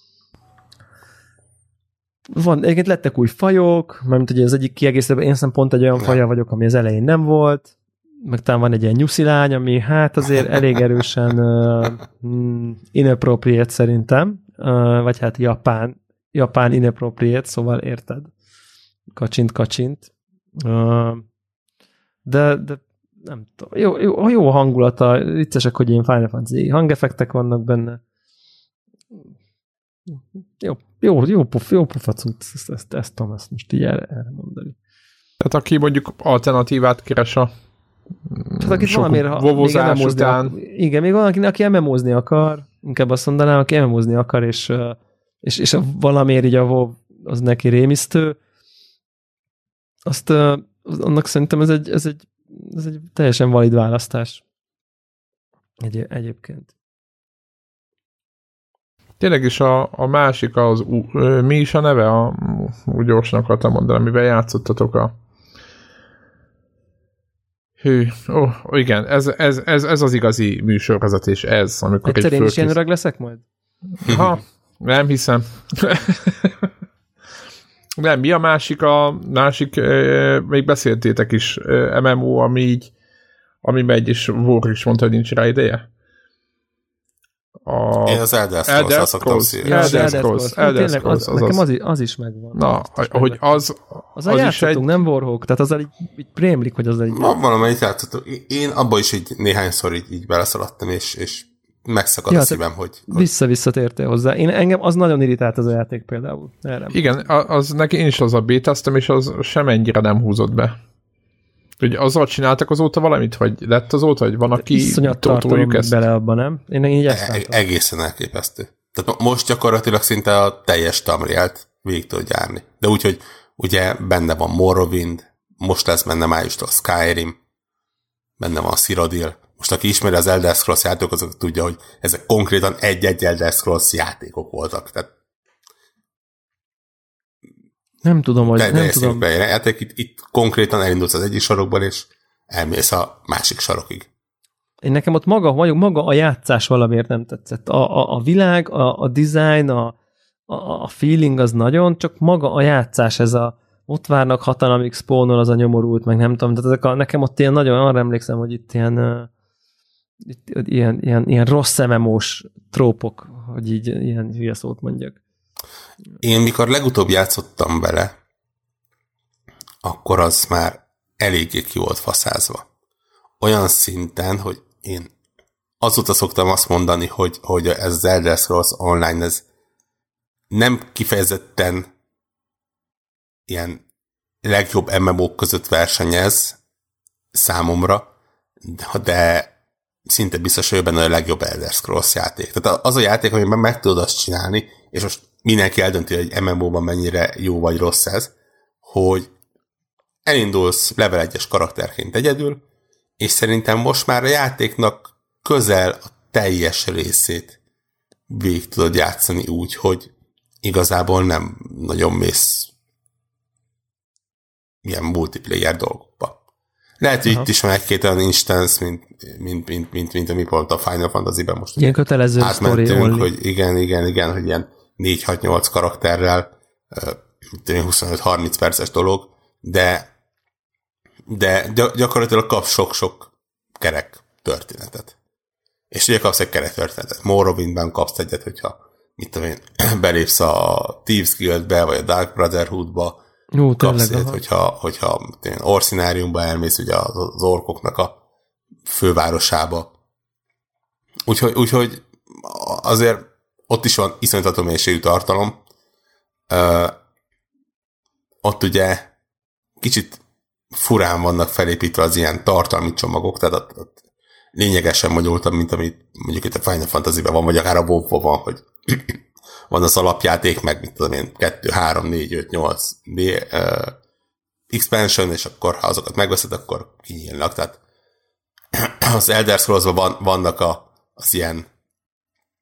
Van, egyébként lettek új fajok, mert ugye az egyik kiegészítőben én szerintem pont egy olyan faja vagyok, ami az elején nem volt, meg talán van egy ilyen nyuszilány, ami hát azért elég erősen uh, inappropriate szerintem, uh, vagy hát japán, japán inappropriate, szóval érted? Kacsint, kacsint. Uh, de, de nem tudom. Jó, jó, jó hangulata, viccesek, hogy ilyen Final Fantasy hangeffektek vannak benne. Jó, jó, jó, pof, jó pofacut, ezt, ezt, ezt tudom ezt most így el, elmondani. Tehát aki mondjuk alternatívát keres a tehát akit valamiért vovozás után. Igen, még valaki, aki em em o-zni akar, inkább azt mondanám, aki em em o-zni akar, és, és, és valamiért így a WoW az neki rémisztő, azt annak szerintem ez egy, ez egy, ez egy teljesen valid választás. Egy, egyébként. Tényleg is a, a másik az, mi is a neve? A, úgy gyorsan akartam mondani, amivel játszottatok a Hű, ó, igen, ez, ez, ez, ez az igazi műsorvezetés, ez, amikor egyszer én is ilyen öreg leszek majd? Ha, nem hiszem. Nem, mi a másik, a másik, euh, még beszéltétek is, euh, em em o, ami így, ami megy, és War is mondta, hogy nincs rá ideje. A... Én az Elder Scrolls-al szoktam szívni. Elder Scrolls, Elder Scrolls, nekem az, az is megvan. Na, hogy az, az, az is egy... nem Warhawk, tehát azzal így, így prémlik, hogy az egy... Van valamelyik játszottuk. Én abban is így néhányszor így, így beleszaladtam, és, és megszakad ja, a szívem, hogy... Vissza-visszatértél hozzá. Én, engem az nagyon irritált az a játék például. Erre. Igen, az neki én is az a bétáztam, és az sem ennyire nem húzott be. Hogy azzal csináltak azóta valamit, vagy lett azóta, hogy van, aki toljuk ezt? Bele abban, nem? Én így ezt e- egészen elképesztő. Tehát most gyakorlatilag szinte a teljes Tamrielt végig tud járni. De úgy, hogy ugye benne van Morrowind, most lesz benne májustól Skyrim, benne van Cyrodiil. Most aki ismeri az Elder Scrolls játékok, azok tudja, hogy ezek konkrétan egy-egy Elder Scrolls játékok voltak. Tehát nem tudom, hogy de, nem de tudom. Játék, itt, itt konkrétan elindulsz az egyik sarokban, és elmész a másik sarokig. Én nekem ott maga, vagyok, maga a játszás valamiért nem tetszett. A, a, a világ, a, a design, a, a, a feeling az nagyon, csak maga a játszás, ez a ott várnak hatan, amíg spawnol az a nyomorult, meg nem tudom, tehát ezek a, nekem ott ilyen nagyon, arra emlékszem, hogy itt ilyen, uh, itt, ilyen, ilyen, ilyen rossz em em o-s trópok, hogy így ilyen hülye szót mondjak. Én mikor legutóbb játszottam vele, akkor az már eléggé ki volt faszázva. Olyan szinten, hogy én azóta szoktam azt mondani, hogy, hogy ez az Elder Scrolls Online, ez nem kifejezetten ilyen legjobb em em o-k között versenyez számomra, de szinte biztos, hogy benne a legjobb Elder Scrolls játék. Tehát az a játék, amiben meg tudod azt csinálni, és most mindenki eldönti, hogy em em o-ban mennyire jó vagy rossz ez, hogy elindulsz level egyes karakterként egyedül, és szerintem most már a játéknak közel a teljes részét végig tudod játszani úgy, hogy igazából nem nagyon mész ilyen multiplayer dolgokba. Lehet, hogy Aha. itt is van egy-két olyan instance, mint, mint, mint, mint, mint ami volt a Final Fantasy-ben most. Ilyen kötelező átmentünk, hogy igen, igen, igen, hogy ilyen négy hat nyolc karakterrel huszonöt-harminc perces dolog, de de gyakorlatilag kapsz sok-sok kerek történetet. És ugye kapsz egy kerek történetet. Morrowindben kapsz egyet, hogyha mit tudom én, belépsz a Thieves Guildbe, vagy a Dark Brotherhoodba, Jó, kapsz egyet, hogyha, hogyha Orcináriumba elmész, ugye az orkoknak a fővárosába. Úgyhogy, úgyhogy azért ott is van iszonytató mélységű tartalom. Uh, ott ugye kicsit furán vannak felépítve az ilyen tartalmi csomagok, tehát ott, ott lényegesen bonyolultabb, mint amit mondjuk itt a Final Fantasy-ben van, vagy akár a WoW-ban van, hogy van az alapjáték, meg mit tudom én, kettő, három, négy, öt, nyolc uh, expansion, és akkor ha azokat megveszed, akkor kinyílnak. Tehát az Elder Scrolls-ban van, vannak a, az ilyen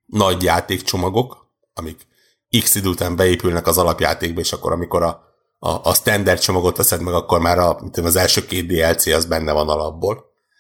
nagy játékcsomagok, amik X idő után beépülnek az alapjátékba, és akkor amikor a, a, a standard csomagot veszed meg, akkor már a, az első két dé el cé az benne van alapból.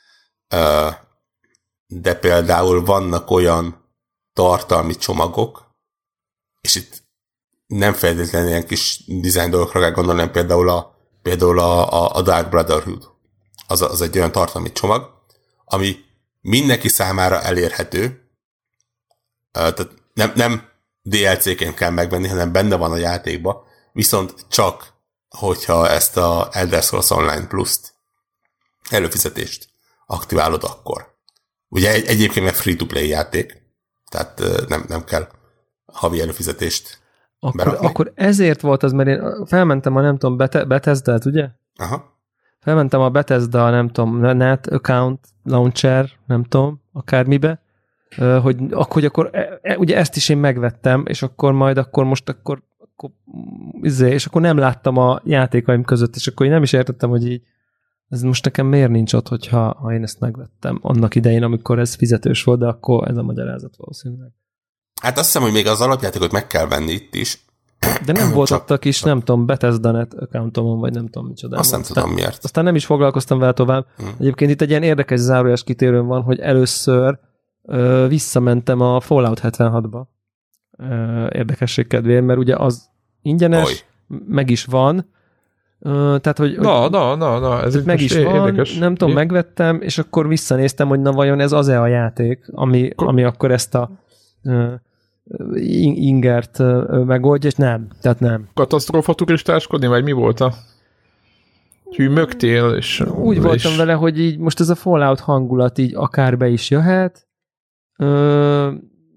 De például vannak olyan tartalmi csomagok, és itt nem feltétlenül ilyen kis design dolgokra kell gondolni, nem például a, például a, a Dark Brotherhood. Az, az egy olyan tartalmi csomag, ami mindenki számára elérhető, tehát nem, nem dé el cé-ként kell megvenni, hanem benne van a játékba, viszont csak, hogyha ezt a Elder Scrolls Online Plus-t előfizetést aktiválod akkor. Ugye egy, egyébként meg free-to-play játék, tehát nem, nem kell havi előfizetést akkor, berakni. Akkor ezért volt az, mert én felmentem a nem tudom, Bethesda-t, ugye? Aha. Felmentem a Bethesda, nem tudom, Net Account Launcher, nem tudom, akármibe, hogy, hogy akkor e, ugye ezt is én megvettem, és akkor majd akkor most akkor, akkor és akkor nem láttam a játékaim között, és akkor én nem is értettem, hogy így ez most nekem miért nincs ott, hogyha ha én ezt megvettem annak idején, amikor ez fizetős volt, de akkor ez a magyarázat valószínűleg. Hát azt hiszem, hogy még az alapjátékot meg kell venni itt is. De nem volt ott a kis, nem tudom, Bethesda-net accountomon, vagy nem tudom micsoda. Azt nem aztán, tudom miért. Aztán nem is foglalkoztam vele tovább. Hmm. Egyébként itt egy ilyen érdekes zárójas kitérőn van, hogy először ö, visszamentem a Fallout hetvenhatba. Ö, érdekesség kedvéért, mert ugye az ingyenes, Oly. meg is van. Ö, tehát, hogy... Na, na, na, na, ez meg is van, érdekes. Nem tudom, megvettem, és akkor visszanéztem, hogy na vajon ez az-e a játék, ami, ami akkor ezt a... Ö, ingert megoldja, és nem. Tehát nem. Katasztrófa turistáskodni, vagy mi volt a hűmögtél? És, úgy és... voltam vele, hogy így most ez a Fallout hangulat így akár be is jöhet, ö,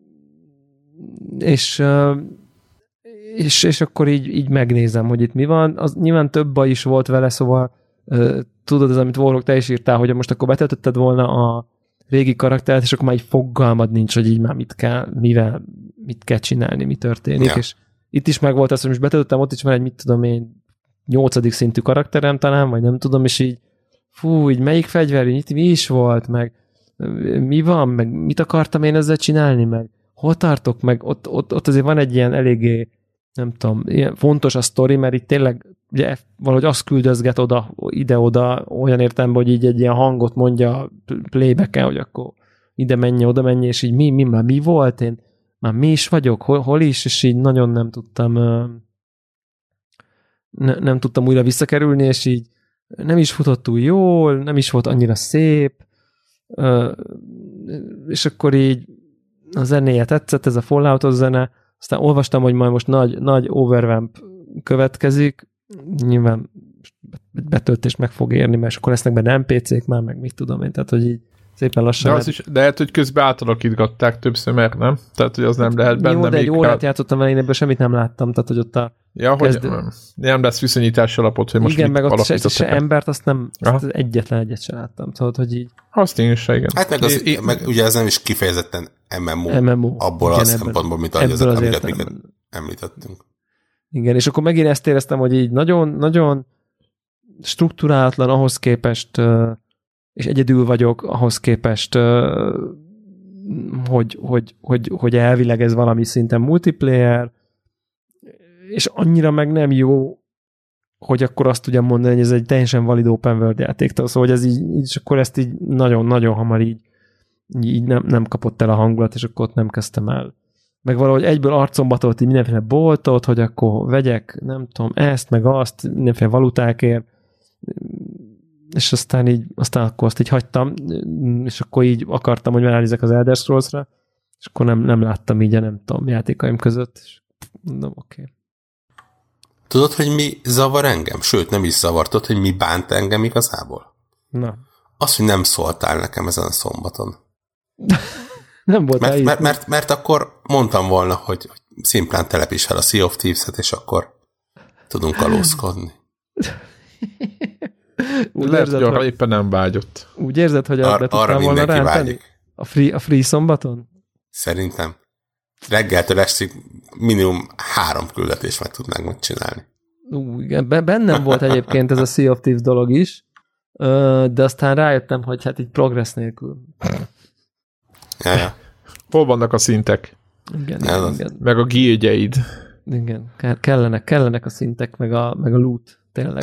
és, ö, és, és akkor így, így megnézem, hogy itt mi van. Az nyilván több baj is volt vele, szóval ö, tudod, az, amit Warlock, te is írtál, hogy most akkor betöltötted volna a régi karaktert, és akkor már egy fogalmad nincs, hogy így már mit kell, mivel, mit kell csinálni, mi történik, ja. És itt is meg volt az, hogy most betöltöttem, ott is van egy, mit tudom én, nyolcadik szintű karakterem talán, vagy nem tudom, és így fú, így melyik fegyver, itt mi is volt, meg mi van, meg mit akartam én ezzel csinálni, meg hol tartok, meg ott, ott, ott azért van egy ilyen eléggé, nem tudom, ilyen fontos a sztori, mert itt tényleg ugye valahogy azt küldözget oda, ide-oda, olyan értelemben, hogy így egy ilyen hangot mondja playback-en, hogy akkor ide menj, oda menj, és így mi, mi, már mi volt, én már mi is vagyok, hol, hol is, és így nagyon nem tudtam ne, nem tudtam újra visszakerülni, és így nem is futott túl jól, nem is volt annyira szép, és akkor így a zenéje tetszett, ez a Fallout-os zene, aztán olvastam, hogy majd most nagy, nagy overvamp következik, nyilván betöltés meg fog érni, mert akkor lesznek benne em pé cék már, meg mit tudom én, tehát hogy így szépen lassan. De, az is, de lehet, hogy közben átalakítgatták többször, mert nem? Tehát, hogy az nem lehet benne. Jó, de egy órát játszottam vele, én ebből semmit nem láttam, tehát, hogy ott a... Ja, kezd... hogy nem, nem lesz viszonyítási alapot, hogy most igen, mit meg ott se, se embert, azt nem, azt egyetlen egyet sem láttam, tudod, hogy így... Azt én is, igen. Hát meg, az, é, meg ugye ez nem is kifejezetten em em o, em em o abból igen, a szempontból, mint ahogy az, amiket amiket említettünk. Igen, és akkor megint ezt éreztem, hogy így nagyon, nagyon strukturálatlan ahhoz képest, és egyedül vagyok ahhoz képest, hogy, hogy, hogy, hogy elvileg ez valami szinten multiplayer, és annyira meg nem jó, hogy akkor azt tudjam mondani, hogy ez egy teljesen valid open world játék. Szóval, hogy ez így, így és akkor ezt így nagyon-nagyon hamar így, így nem, nem kapott el a hangulat, és akkor ott nem kezdtem el. Meg valahogy egyből arcomba tolt így mindenféle boltot, hogy akkor vegyek, nem tudom, ezt, meg azt, mindenféle valutákért, és aztán így, aztán akkor azt így hagytam, és akkor így akartam, hogy ránézek az Elder Scrolls-ra, és akkor nem, nem láttam így a nem tudom, játékaim között, és mondom, oké. Okay. Tudod, hogy mi zavar engem? Sőt, nem is zavartod, hogy mi bánt engem igazából? Na. Az, hogy nem szóltál nekem ezen a szombaton. Nem volt mert, mert, mert, mert akkor mondtam volna, hogy, hogy szimplán telepíts fel a Sea of Thieves-et, és akkor tudunk kalózkodni. Úgy lehet, érzed, hogy arra éppen nem vágyott. Úgy érzed, hogy arra Ar- tudtál volna rántani? A free, a free szombaton? Szerintem. Reggeltől estig minimum három küldetést meg tudnánk megcsinálni. Ú, igen, bennem volt egyébként ez a Sea of Thieves dolog is, de aztán rájöttem, hogy hát így progress nélkül. Ja, ja. Hol vannak a szintek? Igen, igen, igen. Meg a guildjeid. Igen, kellenek, kellenek a szintek, meg a, meg a loot, tényleg.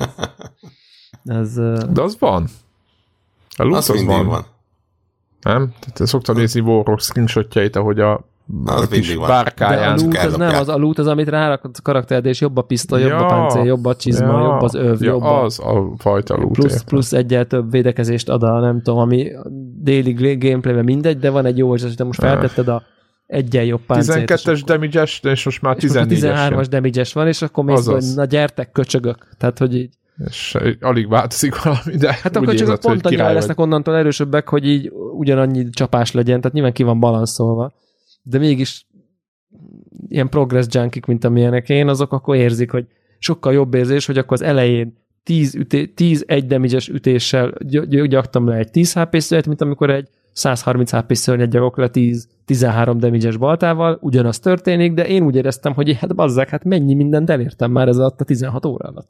Ez, ez, de az van. A loot az, az van. van. Nem? Tehát szoktam nézni Warrock screenshotjait, ahogy a az kis bárkáján. De a loot az nem, az a loot az, amit rárakott a karaktered, és jobb a pisztoly, ja, jobb a páncél, jobb a csizma, ja, jobb az öv, ja, jobb a... az a fajta loot. Plusz, plusz egyel több védekezést ad a, nem tudom, ami déli gameplayben mindegy, de van egy jó, és te most feltetted a egyen jobb páncélt. tizenkettes damage-es, és most már tizennégyes. tizenhármas damage-es van, és akkor mész, hogy na gyertek, köcsögök. Tehát, hogy így... És alig változik valami, de hát akkor csak érzed, pont annyira lesznek onnantól erősebbek, hogy így ugyanannyi csapás legyen, tehát nyilván ki van balanszolva, de mégis ilyen progress junkik, mint amilyenek én, azok akkor érzik, hogy sokkal jobb érzés, hogy akkor az elején tíz egy damage-es ütéssel gyaktam le egy tíz há pé szörnyet, mint amikor egy százharminc há pé szörnyet gyakok le tíz tizenhárom damage-es baltával, ugyanaz történik, de én úgy éreztem, hogy hát bazzák, hát mennyi mindent elértem már ez alatt a tizenhat óra alatt.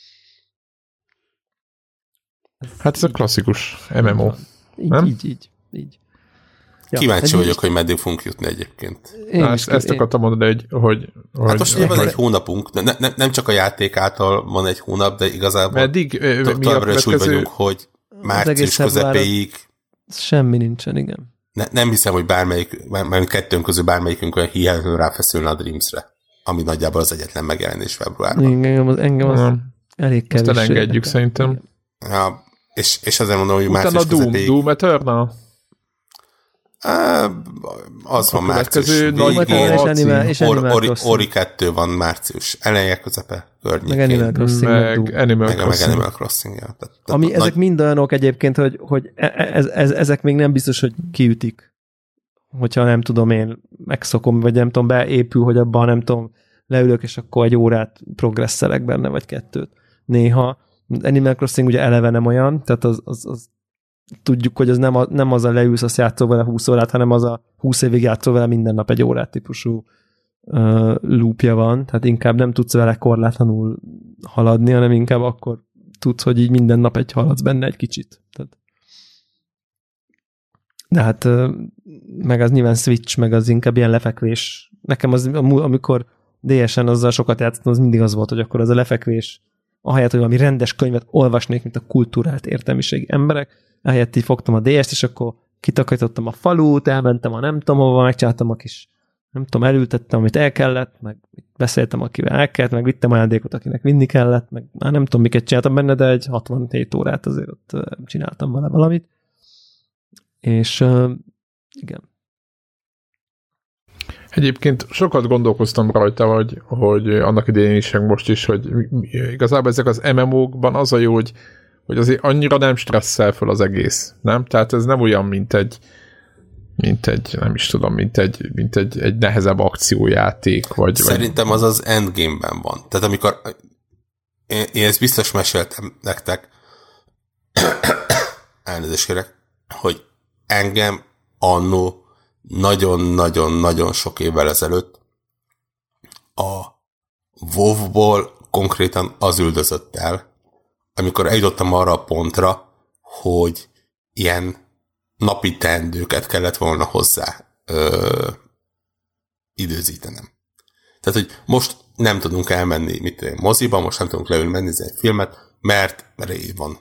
Hát ez a klasszikus em em o. Így, nem? így, így, így. Ja, kíváncsi vagyok, így... hogy meddig fogunk jutni egyébként. Na, ezt, ezt akartam mondani, hogy... hogy, hogy hát most van egy hónapunk, ne, ne, nem csak a játék által van egy hónap, de igazából meddig, továbbra is úgy vagyunk, hogy március közepéig... Semmi nincsen, igen. Ne, nem hiszem, hogy bármelyik, bármelyik kettőnk közül bármelyikünk olyan hihetetlenül ráfeszülne a Dreams-re, ami nagyjából az egyetlen megjelenés februárban. Engem az, engem az hmm. elég kevés. Ezt elengedjük szerintem. Ja, és, és azért mondom, hogy utána március Doom, közepéig... Doom Eternal? Uh, az a van március végén, és Animal, és Or, Ori, Ori kettő van március eleje, közepe, környékén. Meg Animal Crossing. Meg, meg Animal meg, Crossing. Meg Animal Crossing, ja. Tehát, Ami, ezek nagy... mind olyanok egyébként, hogy, hogy ez, ez, ezek még nem biztos, hogy kiütik. Hogyha nem tudom én, megszokom, vagy nem tudom, beépül, hogy abban nem tudom, leülök, és akkor egy órát progresszelek benne, vagy kettőt. Néha. Animal Crossing ugye eleve nem olyan, tehát az, az, az tudjuk, hogy az nem, a, nem az a leülsz, azt játszol vele húsz órát, hanem az a húsz évig játszol vele minden nap egy órát típusú uh, loopja van, tehát inkább nem tudsz vele korlátlanul haladni, hanem inkább akkor tudsz, hogy így minden nap egy haladsz benne egy kicsit. Tehát. De hát uh, meg az nyilván Switch, meg az inkább ilyen lefekvés. Nekem az, amikor dé es-en azzal sokat játszottam, az mindig az volt, hogy akkor az a lefekvés ahelyett, hogy valami rendes könyvet olvasnék, mint a kulturált értelmiségi emberek, ahelyett így fogtam a dé est, és akkor kitakarítottam a falut, elmentem a nem tudom hova, megcsináltam a kis, nem tudom, elültettem, amit el kellett, meg beszéltem, akivel el kellett, meg vittem ajándékot, akinek vinni kellett, meg már nem tudom, miket csináltam benne, de egy hatvanhét órát azért ott csináltam vele valamit. És uh, igen. Egyébként sokat gondolkoztam rajta, hogy, hogy annak idején is, most is, hogy igazából ezek az em em ó-kban az a jó, hogy, hogy azért annyira nem stresszel föl az egész, nem? Tehát ez nem olyan, mint egy mint egy, nem is tudom, mint egy, mint egy, egy nehezebb akciójáték. Vagy, Szerintem vagy... az az endgame-ben van. Tehát amikor én, én ezt biztos meséltem nektek, elnézést kérek, hogy engem annó nagyon-nagyon-nagyon sok évvel ezelőtt a WoW-ból konkrétan az üldözött el, amikor eljutottam arra a pontra, hogy ilyen napi teendőket kellett volna hozzá ö, időzítenem. Tehát, hogy most nem tudunk elmenni mit én, moziba, most nem tudunk leülni megnézni egy filmet, mert rév van.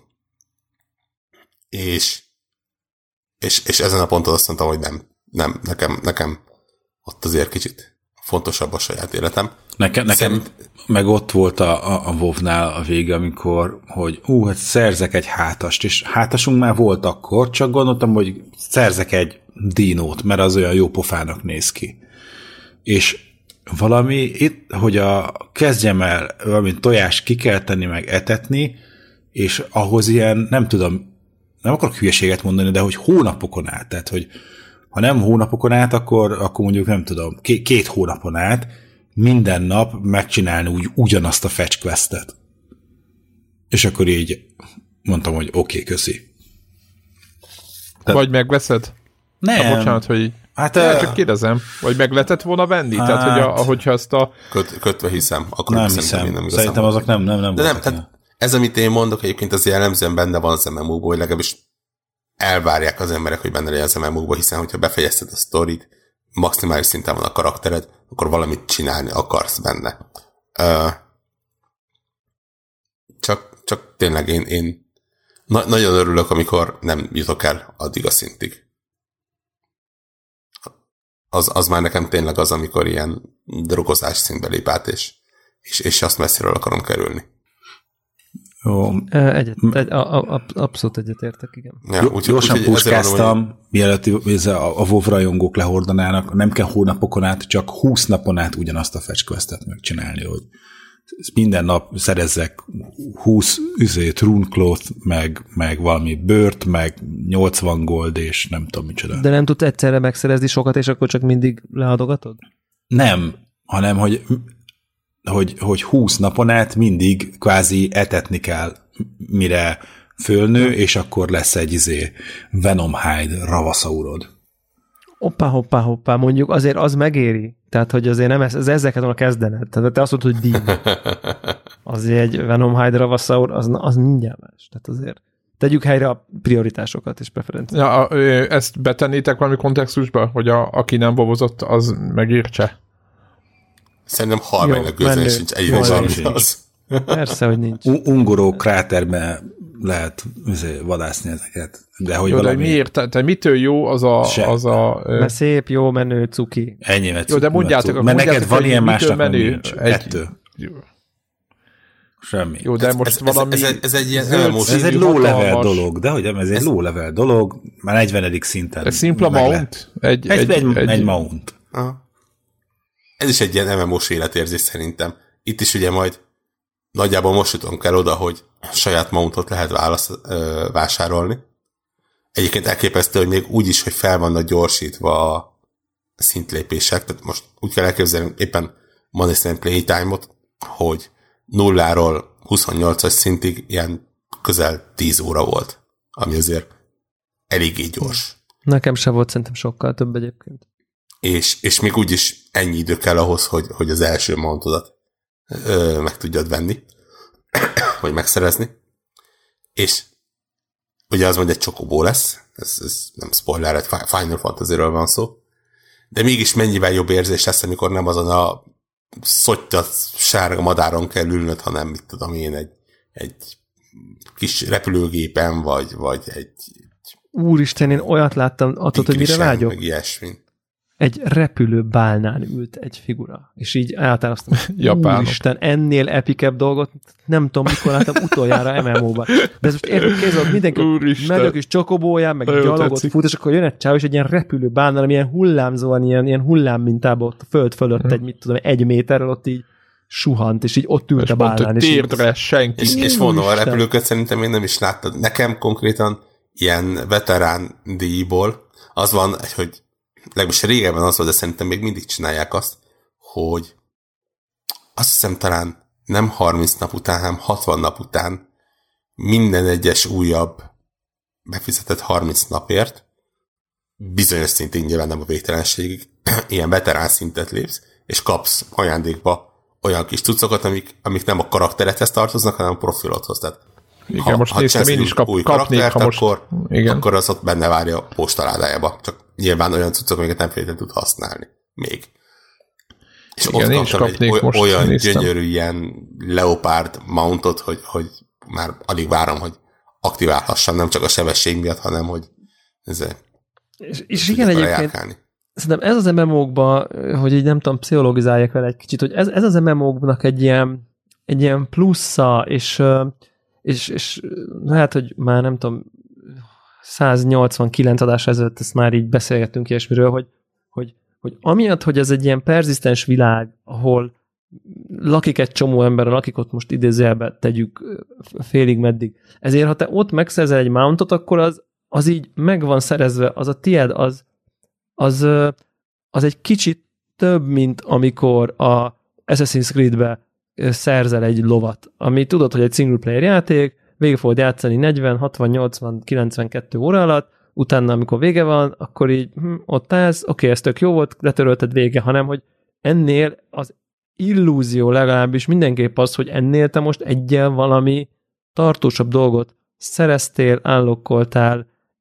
És, és, és ezen a ponton azt mondtam, hogy nem, nem, nekem, nekem ott azért kicsit fontosabb a saját életem. Nekem, nekem Szerint... meg ott volt a, a, a WoW-nál a vége, amikor, hogy ú, hát szerzek egy hátast, és hátasunk már volt akkor, csak gondoltam, hogy szerzek egy dinót, mert az olyan jó pofának néz ki. És valami itt, hogy a kezdjem el valami tojást ki kell tenni, meg etetni, és ahhoz ilyen, nem tudom, nem akarok hülyeséget mondani, de hogy hónapokon át, tehát, hogy ha nem hónapokon át, akkor, akkor mondjuk nem tudom, két, két hónapon át minden nap megcsinálni úgy, ugyanazt a fetch questet. És akkor így mondtam, hogy oké, okay, köszi. Tehát, vagy megveszed? Nem. Ha, bocsánat, hogy így. Hát, ja, csak kérdezem, vagy meg lehetett volna venni? Hát, tehát, hogy a, ahogyha ezt a... Köt, kötve hiszem. Akkor nem hiszem. Nem szerintem azok nem, nem, nem De nem, tehát ez, amit én mondok, egyébként az jellemzően benne van az em em ó-ból, hogy legalábbis elvárják az emberek, hogy benne legyen az em em ó-ból, hiszen hogyha befejezted a sztorit, maximális szinten van a karaktered, akkor valamit csinálni akarsz benne. Uh, csak, csak tényleg én, én na- nagyon örülök, amikor nem jutok el addig a szintig. Az, az már nekem tényleg az, amikor ilyen drogozás szintbe lép át, és, és, és azt messziről akarom kerülni. Jó. Egyet, egy, a, a, abszolút egyetértek, igen. Ja, úgy, gyorsan úgy, puskáztam, hogy... mielőtt a, a WoW rajongók lehordanának, nem kell hónapokon át, csak húsz napon át ugyanazt a fetch questet megcsinálni, hogy minden nap szerezzek húsz üzét, runecloth, meg, meg valami bőrt, meg nyolcvan gold, és nem tudom micsoda. De nem tudsz egyszerre megszerezni sokat, és akkor csak mindig leadogatod? Nem, hanem, hogy hogy, hogy húsz napon át mindig kvázi etetni kell, mire fölnő, és akkor lesz egy izé Venomhide ravaszaurod. Hoppá, hoppá, hoppá, mondjuk azért az megéri. Tehát, hogy azért nem ez, ez ezeket volna kezdened. Tehát te azt mondod, hogy díj. Azért egy Venomhide ravaszaur, az, az mindjárt más. Tehát azért tegyük helyre a prioritásokat és preferenciákat. Ja, ezt betennétek valami kontextusba, hogy a, aki nem bobozott, az megértse? Szerintem harmadnak közben sincs egy az. Persze, hogy nincs. U- ungoró kráterben lehet vadászni ezeket. De hogy jó, valami... de miért? Te, te mitől jó az a... Az a mert szép, jó, menő, cuki. Ennyi, mert jó, de mondjátok, mert, mert neked van ilyen, másnak menő, nincs. Egy... Kettő. Jó. Semmi. Jó, de ez, most ez, valami... Ez, ez, ez egy ilyen Ez egy low level dolog, de hogy ez egy ez... low level dolog, már negyvenedik szinten. Ez szimpla mount? Egy, egy, egy, egy, egy mount. Aha. Ez is egy ilyen em em o-s életérzés szerintem. Itt is ugye majd nagyjából most jutunk el oda, hogy saját mountot lehet válasz, ö, vásárolni. Egyébként elképesztő, hogy még úgy is, hogy fel vannak gyorsítva a szintlépések, tehát most úgy kell elképzelni, éppen van egy playtime-ot, hogy nulláról huszonnyolcas szintig ilyen közel tíz óra volt, ami azért eléggé gyors. Nekem sem volt szerintem sokkal több egyébként. És, és még úgyis ennyi idő kell ahhoz, hogy, hogy az első mountodat ö, meg tudjad venni, vagy megszerezni. És ugye az majd egy csokobó lesz, ez, ez nem spoiler, egy Final Fantasy-ről van szó, de mégis mennyivel jobb érzés lesz, amikor nem azon a szottyat sárga madáron kell ülnöd, hanem mit tudom én, egy, egy kis repülőgépen, vagy, vagy egy... Úristen, én olyat láttam, attól, hogy mire vágyok. Meg ilyesmi. Egy repülő bálnán ült egy figura, és így elhatároztam, úristen, ennél epikebb dolgot nem tudom, mikor láttam utoljára em em o-ban. De ez most érted, kézzel, mindenki megy a kis csokobóján, meg gyalogot fut, és akkor jön egy csáv, és egy ilyen repülő bálnán, ami ilyen hullámzóan, ilyen, ilyen hullám mintában ott a föld fölött hmm. egy, mit tudom, egy méterrel ott így suhant, és így ott ült és a bálnán. És térdre senki. És, és mondom, a repülőket szerintem én nem is láttad. Nekem konkrétan ilyen veterán díjból az van, hogy legalábbis régebben az volt, de szerintem még mindig csinálják azt, hogy azt hiszem talán nem harminc nap után, hanem hatvan nap után minden egyes újabb befizetett harminc napért bizonyos szintig, nyilván nem a végtelenségig, ilyen veterán szintet lépsz, és kapsz ajándékba olyan kis cuccokat, amik, amik nem a karakteredhez tartoznak, hanem a profilodhoz. Tehát igen, ha, most ha néztem, én is kap, új kapnék, karaktert, ha most... akkor, igen. akkor az ott benne várja a postaládájába. Csak nyilván olyan cuccok, amiket nem feltétlenül tud használni. Még. És igen, ott kaptam egy oly, olyan néztem. Gyönyörű ilyen leopárd mountot, hogy, hogy már alig várom, hogy aktiválhassam, nem csak a sebesség miatt, hanem hogy ez és, és igen, egyébként szerintem ez az em em o-kban, hogy így nem tudom, pszichologizálják vele egy kicsit, hogy ez, ez az em em o-knak egy ilyen, egy ilyen plusza, és És, és lehet, hogy már nem tudom, száznyolcvankilenc adás ezelőtt ezt már így beszélgettünk ilyesmiről, hogy, hogy, hogy amiatt, hogy ez egy ilyen perzisztens világ, ahol lakik egy csomó ember, lakik ott most idézőjelbe tegyük félig meddig. Ezért, ha te ott megszerzel egy mountot, akkor az, az így meg van szerezve, az a tied, az, az, az egy kicsit több, mint amikor a Assassin's Creed-be szerzel egy lovat, ami tudod, hogy egy single player játék, végig fogod játszani negyven, hatvan, nyolcvan, kilencvenkettő óra alatt, utána, amikor vége van, akkor így hm, ott állsz, oké, okay, ez tök jó volt, letörölted vége, hanem, hogy ennél az illúzió legalábbis mindenképp az, hogy ennél te most egyen valami tartósabb dolgot szereztél, állokkoltál,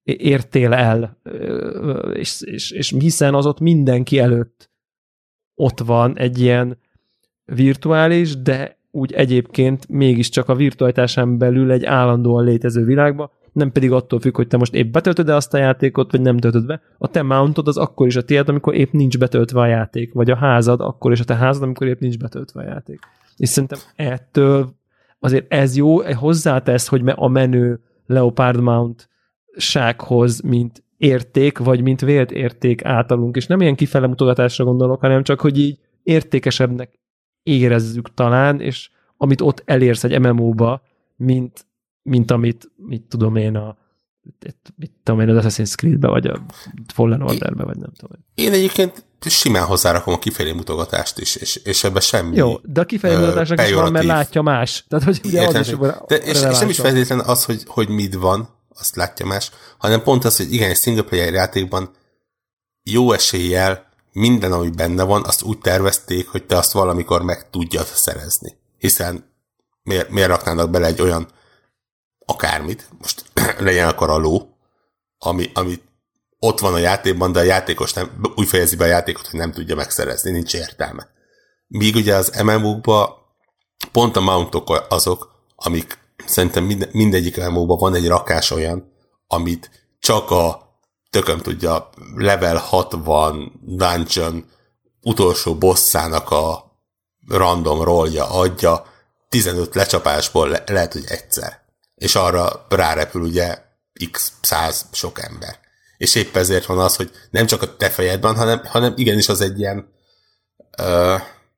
értél el, és, és, és hiszen az ott mindenki előtt ott van egy ilyen virtuális, de úgy egyébként mégiscsak a virtualitásán belül egy állandóan létező világba, nem pedig attól függ, hogy te most épp betöltöd-e azt a játékot, vagy nem töltöd be. A te mountod az akkor is a tiéd, amikor épp nincs betöltve a játék, vagy a házad akkor is a te házad, amikor épp nincs betöltve a játék. És szerintem ettől azért ez jó, hozzátesz, hogy a menő Leopard Mount sághoz, mint érték, vagy mint vélt érték általunk, és nem ilyen kifele mutogatásra gondolok, hanem csak, hogy így értékesebbnek érezzük talán, és amit ott elérsz egy em em ó-ba, mint, mint amit, mit tudom én, a mit tudom én, az Assassin's Creed-be, vagy a Fallen Order-be, vagy nem tudom én. Én egyébként simán hozzárakom a kifelé mutogatást is, és, és ebben semmi jó, de a kifelé mutogatásnak is van, mert látja más. Tehát, hogy ugye értem, az is de, és, és nem is feltétlen az, hogy, hogy mit van, azt látja más, hanem pont az, hogy igen, egy single player játékban jó eséllyel minden, ami benne van, azt úgy tervezték, hogy te azt valamikor meg tudjad szerezni. Hiszen miért, miért raknának bele egy olyan akármit, most legyen akkor a ló, ami, ami ott van a játékban, de a játékos nem, úgy fejezi be a játékot, hogy nem tudja megszerezni, nincs értelme. Míg ugye az em em ó-kban pont a mountok azok, amik szerintem mind, mindegyik em em ó-ban van egy rakás olyan, amit csak a tököm tudja, level hatvan dungeon utolsó bosszának a random rollja adja, tizenöt lecsapásból le, lehet, hogy egyszer. És arra rárepül ugye x száz sok ember. És épp ezért van az, hogy nem csak a te fejedben, hanem, hanem igenis az egy ilyen ö,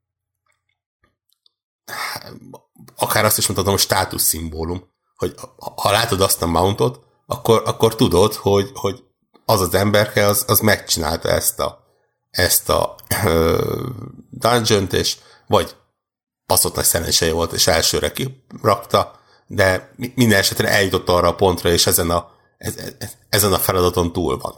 akár azt is mondhatom, hogy státuszszimbólum, hogy ha látod azt a mountot, akkor, akkor tudod, hogy, hogy az az emberke, az, az megcsinálta ezt a, ezt a ö, dungeont, és vagy passzott nagy szerencséje volt, és elsőre kirakta, de minden esetre eljutott arra a pontra, és ezen a, ezen a feladaton túl van.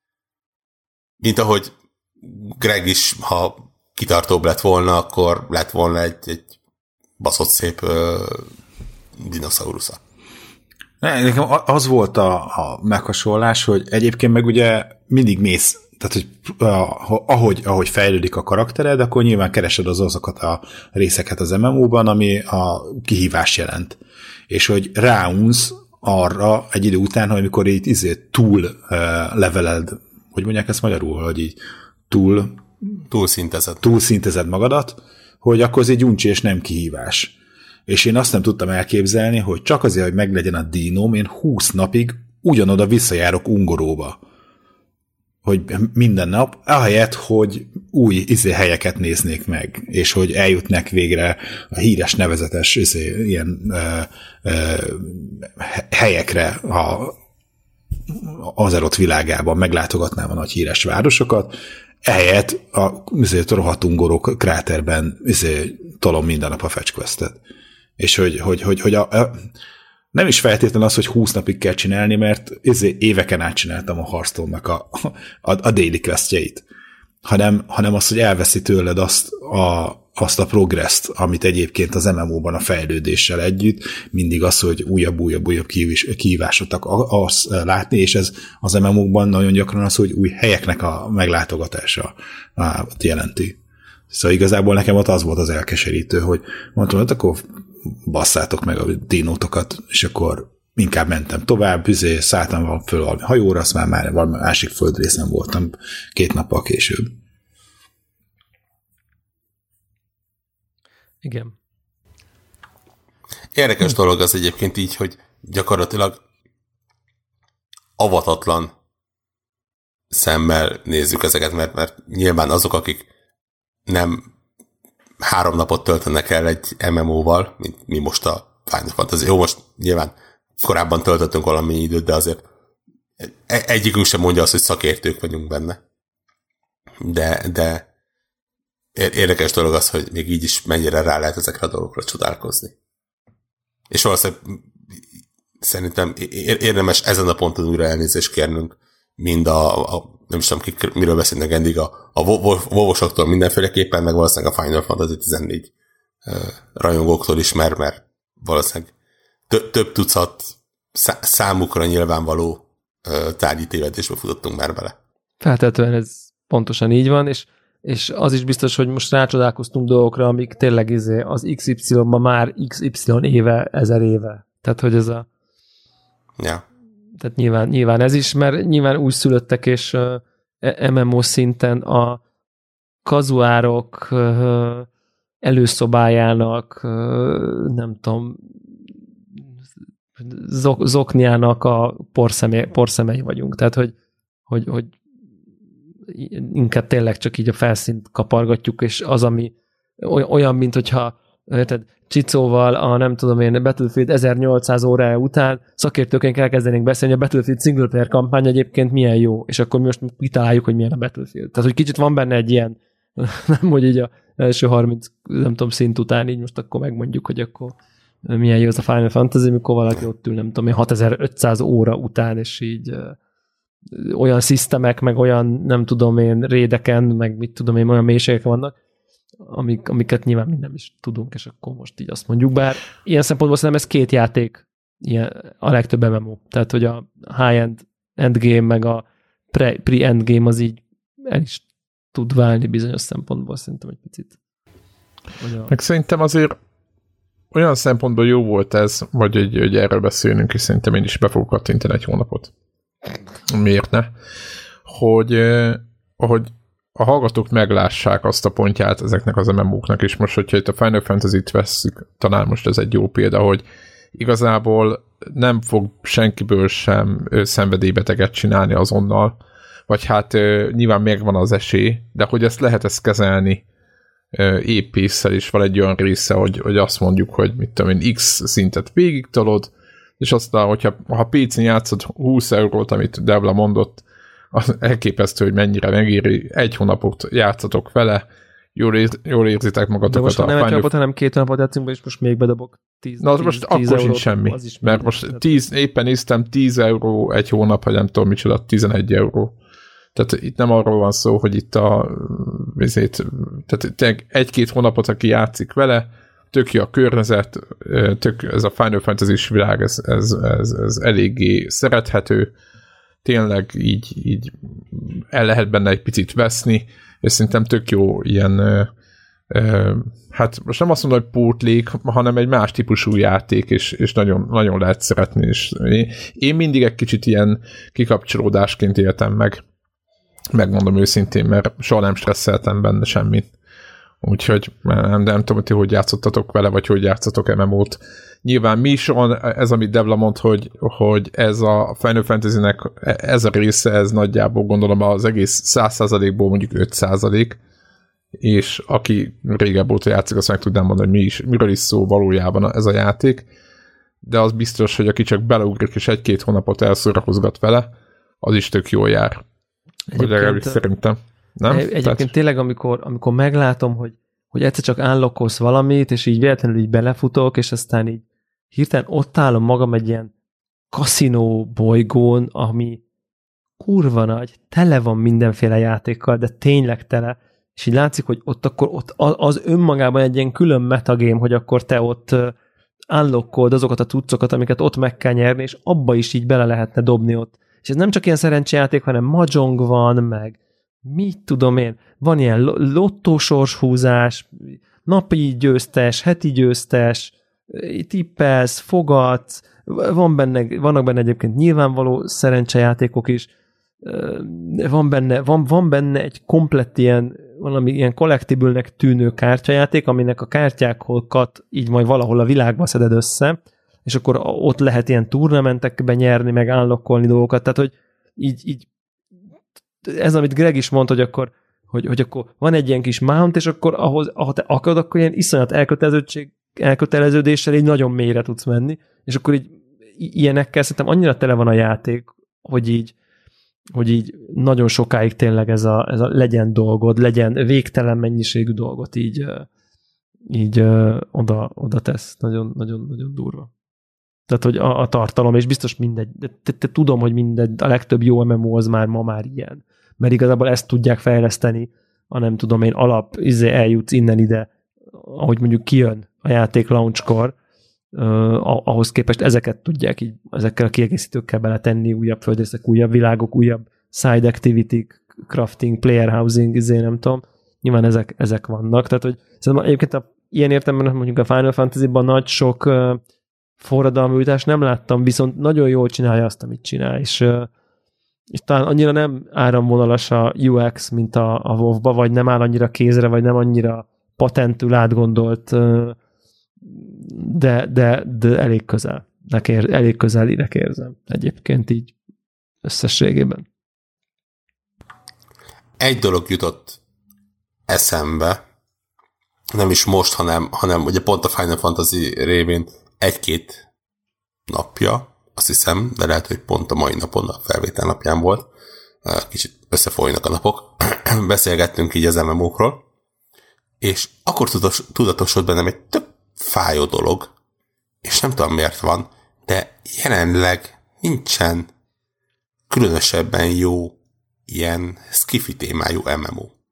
Mint ahogy Greg is, ha kitartóbb lett volna, akkor lett volna egy, egy baszott szép ö, dinoszaurusza. Nekem az volt a, a meghasonlás, hogy egyébként meg ugye mindig mész, tehát hogy ahogy, ahogy fejlődik a karaktered, akkor nyilván keresed az azokat a részeket az em em ó-ban, ami a kihívás jelent. És hogy ráunsz arra egy idő után, hogy amikor így izé túl uh, leveled, hogy mondják ezt magyarul, hogy így túl túlszintezed. túlszintezed magadat, hogy akkor ez egy uncsi és nem kihívás. És én azt nem tudtam elképzelni, hogy csak azért, hogy meglegyen a dinóm, én húsz napig ugyanoda visszajárok Ungoróba. Hogy minden nap, ahelyett, hogy új izé helyeket néznék meg, és hogy eljutnak végre a híres nevezetes izé, ilyen ö, ö, helyekre a Azeroth világában, meglátogatnám a nagy híres városokat, ehelyett a izé, rohadt Ungoró kráterben izé, tolom minden nap a fetch questet. És hogy, hogy, hogy, hogy a, a, nem is feltétlenül az, hogy húsz napig kell csinálni, mert éveken át csináltam a Hearthstone-nak a, a, a daily questjeit, hanem, hanem az, hogy elveszi tőled azt a, azt a progresszt, amit egyébként az em em ó-ban a fejlődéssel együtt, mindig az, hogy újabb, újabb, újabb kihívásokat azt látni, és ez az em em ó-ban nagyon gyakran az, hogy új helyeknek a meglátogatása jelenti. Szóval igazából nekem ott az volt az elkeserítő, hogy mondtam, hogy akkor basszátok meg a dinótokat, és akkor inkább mentem tovább, üzé, szálltam föl valami hajóra, azt már, már valami másik földrészen voltam két nappal később. Igen. Érdekes dolog az egyébként így, hogy gyakorlatilag avatatlan szemmel nézzük ezeket, mert, mert nyilván azok, akik nem három napot töltenek el egy em em ó-val, mint mi most a Final Fantasy. Jó, most nyilván korábban töltöttünk valamennyi időt, de azért egyikünk sem mondja azt, hogy szakértők vagyunk benne. De, de érdekes dolog az, hogy még így is mennyire rá lehet ezekre a dolgokra csodálkozni. És valószínűleg szerintem érdemes ezen a ponton újra elnézést kérnünk, mind a, a nem is tudom, kik, miről beszélnek eddig, a, a vovosoktól mindenféleképpen, meg valószínűleg a Final Fantasy tizennégy uh, rajongóktól is, mert, mert valószínűleg tö- több tucat szá- számukra nyilvánvaló tárgyi tévedésbe futottunk már bele. Feltétlenül ez pontosan így van, és, és az is biztos, hogy most rácsodálkoztunk dolgokra, amik tényleg izé, az iksz ipszilonban már iksz ipszilon éve, ezer éve. Tehát, hogy ez a... Ja. Tehát nyilván, nyilván ez is, mert nyilván úgy szülöttek, és uh, em em o szinten a kazuárok uh, előszobájának, uh, nem tudom, zok, zokniának a porszemei, porszemei vagyunk. Tehát, hogy, hogy, hogy inkább tényleg csak így a felszínt kapargatjuk, és az, ami olyan, mint hogyha érted, Csicóval a nem tudom én Battlefield ezernyolcszáz órája után szakértőként elkezdenénk beszélni, a Battlefield single player kampány egyébként milyen jó, és akkor mi most kitaláljuk, hogy milyen a Battlefield. Tehát, hogy kicsit van benne egy ilyen, nem hogy így a első harminc nem tudom szint után így most akkor megmondjuk, hogy akkor milyen jó az a Final Fantasy, mikor valaki ott ül, nem tudom én, hatezer-ötszáz óra után, és így olyan szisztemek, meg olyan, nem tudom én, rédeken, meg mit tudom én, olyan mélységek vannak, amik, amiket nyilván mi nem is tudunk, és akkor most így azt mondjuk, bár ilyen szempontból szerintem ez két játék, ilyen, a legtöbb em em o. Tehát, hogy a high-end endgame, meg a pre, pre-endgame az így el is tud válni bizonyos szempontból, szerintem egy picit. A... Meg szerintem azért olyan szempontból jó volt ez, vagy hogy, hogy erről beszélnünk, és szerintem én is be fogok kattintani egy hónapot. Miért ne? Hogy, eh, hogy a hallgatók meglássák azt a pontját ezeknek az em em o-knak, és most, hogyha itt a Final Fantasy-t vesszük, talán most ez egy jó példa, hogy igazából nem fog senkiből sem ö, szenvedélybeteget csinálni azonnal, vagy hát ö, nyilván megvan az esély, de hogy ezt lehet ezt kezelni ö, épésszel, és van egy olyan része, hogy, hogy azt mondjuk, hogy mit tudom én, X szintet végig tolod, és aztán, hogyha ha pé cén játszod húsz eurót, amit Devla mondott, az elképesztő, hogy mennyire megéri, egy hónapot játszatok vele, jól, ér, jól érzitek magatokat. De most a nem egy hónapot, hanem két hónapot játszunk, és most még bedobok tíz Na, az most akkor sincs semmi, mert most tíz, éppen néztem, tíz euró egy hónap, vagy nem tudom micsoda, tizenegy euró. Tehát itt nem arról van szó, hogy itt a ezért, tehát egy-két hónapot, aki játszik vele, tök jó a környezet, tök, ez a Final Fantasy-s világ, ez, ez, ez, ez eléggé szerethető, tényleg így, így el lehet benne egy picit veszni, és szerintem tök jó ilyen, ö, ö, hát most nem azt mondom, hogy pótlék, hanem egy más típusú játék, és, és nagyon, nagyon lehet szeretni. És én, én mindig egy kicsit ilyen kikapcsolódásként éltem meg, megmondom őszintén, mert soha nem stresszeltem benne semmit. Úgyhogy nem, nem tudom, hogy ti hogy játszottatok vele, vagy hogy játszotok em em o-t. Nyilván mi is van, ez amit Devla mond, hogy, hogy ez a Final Fantasy-nek ez a része, ez nagyjából gondolom az egész száz százalékból mondjuk öt százalék, és aki régebb óta játszik, azt meg tudnám mondani, hogy mi is, miről is szó valójában ez a játék, de az biztos, hogy aki csak beleugrik és egy-két hónapot elszórakozgat vele, az is tök jól jár. Vagy legalábbis szerintem. Nem? Egyébként Tehát... tényleg, amikor, amikor meglátom, hogy, hogy egyszer csak unlockolsz valamit, és így véletlenül így belefutok, és aztán így hirtelen ott állom magam egy ilyen kaszinó bolygón, ami kurva nagy, tele van mindenféle játékkal, de tényleg tele, és így látszik, hogy ott akkor ott az önmagában egy ilyen külön metagame, hogy akkor te ott unlockold azokat a cuccokat, amiket ott meg kell nyerni, és abba is így bele lehetne dobni ott. És ez nem csak ilyen szerencsejáték, hanem mahjong van, meg mit tudom én, van ilyen lottósorshúzás, napi győztes, heti győztes, tippelsz, fogadsz, van benne, vannak benne egyébként nyilvánvaló szerencsejátékok is, van benne, van, van benne egy komplett ilyen, valami ilyen collectible-nek tűnő kártyajáték, aminek a kártyákat így majd valahol a világba szeded össze, és akkor ott lehet ilyen turnamentekben nyerni, meg unlockolni dolgokat, tehát hogy így, így ez, amit Greg is mondta, hogy akkor, hogy, hogy akkor van egy ilyen kis mount, és akkor ahhoz, ha te akarod, akkor ilyen iszonyat elköteleződtség, elköteleződéssel így nagyon mélyre tudsz menni, és akkor így ilyenekkel szerintem annyira tele van a játék, hogy így, hogy így nagyon sokáig tényleg ez a, ez a legyen dolgod, legyen végtelen mennyiségű dolgot így, így oda, oda tesz. Nagyon, nagyon, nagyon durva. Tehát, hogy a, a tartalom, és biztos mindegy, de te, te tudom, hogy mindegy, a legtöbb jó em em o az már ma már ilyen. Mert igazából ezt tudják fejleszteni, a nem tudom én, alap, izé eljutsz innen ide, ahogy mondjuk kijön a játék launchkor, ahhoz képest ezeket tudják így, ezekkel a kiegészítőkkel beletenni, újabb földrészek, újabb világok, újabb side activity, crafting, player housing, izé, nem tudom. Nyilván ezek, ezek vannak. Tehát, hogy szerintem egyébként a, ilyen értelemben mondjuk a Final Fantasy-ban nagy sok uh, forradalmi újítást nem láttam, viszont nagyon jól csinálja azt, amit csinál, és, uh, és talán annyira nem áramvonalas a u iksz, mint a, a WoW-ba, vagy nem áll annyira kézre, vagy nem annyira patentül átgondolt, uh, de, de, de elég közel. Ér, elég közelinek érzem egyébként így összességében. Egy dolog jutott eszembe, nem is most, hanem, hanem ugye pont a Final Fantasy révén egy-két napja, azt hiszem, de lehet, hogy pont a mai napon, a felvétel napján volt, kicsit összefolynak a napok, beszélgettünk így az em em ó-król, és akkor tudatos, tudatosod bennem egy tök fájó dolog, és nem tudom miért van, de jelenleg nincsen különösebben jó ilyen skifi témájú em em ó.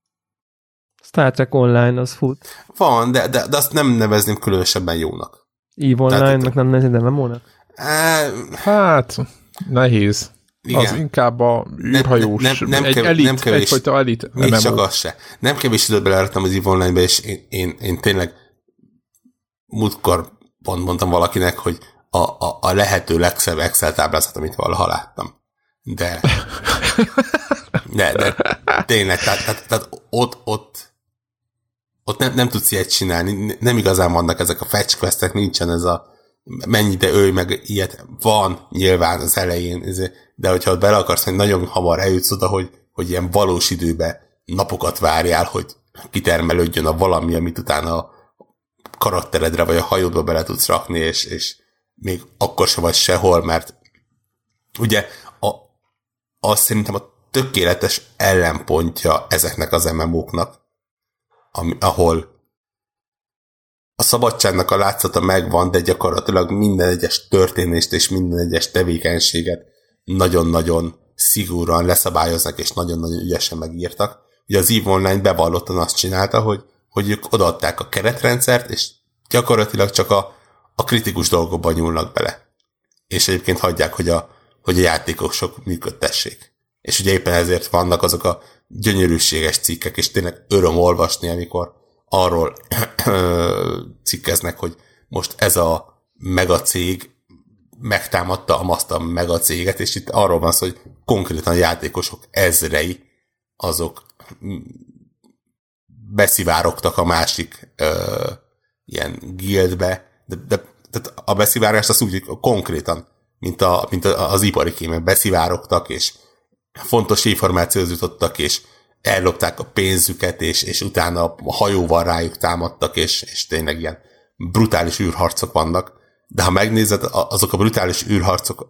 Star Trek Online az fut. Van, de, de, de azt nem nevezném különösebben jónak. EVE Online-nak nem nevezném em em ó-nak? E... Hát, nehéz. Igen. Az inkább a űrhajós, nem, nem, nem egy kev- elit, nem kevés, egyfajta elit még csak az se. Nem kevés időt beleraktam az EVE Online-be, és én, én, én tényleg múltkor pont mondtam valakinek, hogy a, a, a lehető legszebb Excel táblázat, amit valaha láttam. De de, de tényleg, tehát, tehát, tehát ott, ott, ott nem, nem tudsz ilyet csinálni, nem igazán vannak ezek a fetch questek, nincsen ez a mennyi de ölj meg ilyet, van nyilván az elején, de hogyha ott bele akarsz, hogy nagyon hamar eljutsz oda, hogy, hogy ilyen valós időben napokat várjál, hogy kitermelődjön a valami, amit utána a karakteredre vagy a hajódba bele tudsz rakni, és, és még akkor se vagy sehol, mert ugye a, az szerintem a tökéletes ellenpontja ezeknek az em em ó-knak, ami, ahol a szabadságnak a látszata megvan, de gyakorlatilag minden egyes történést és minden egyes tevékenységet nagyon-nagyon szigorúan leszabályoznak, és nagyon-nagyon ügyesen megírtak. Ugye az EVE Online bevallottan azt csinálta, hogy, hogy ők odaadták a keretrendszert, és gyakorlatilag csak a, a kritikus dolgokban nyúlnak bele. És egyébként hagyják, hogy a, hogy a játékosok működtessék. És ugye éppen ezért vannak azok a gyönyörűséges cikkek, és tényleg öröm olvasni, amikor arról cikkeznek, hogy most ez a megacég megtámadta azt a megacéget, és itt arról van szó, hogy konkrétan játékosok ezrei azok beszivárogtak a másik ö, ilyen guildbe, de, de, de a beszivárgást azt úgy, hogy konkrétan, mint, a, mint az ipari kémek beszivárogtak, és fontos információhoz jutottak, és ellopták a pénzüket, és, és utána a hajóval rájuk támadtak, és, és tényleg ilyen brutális űrharcok vannak. De ha megnézed, azok a brutális űrharcok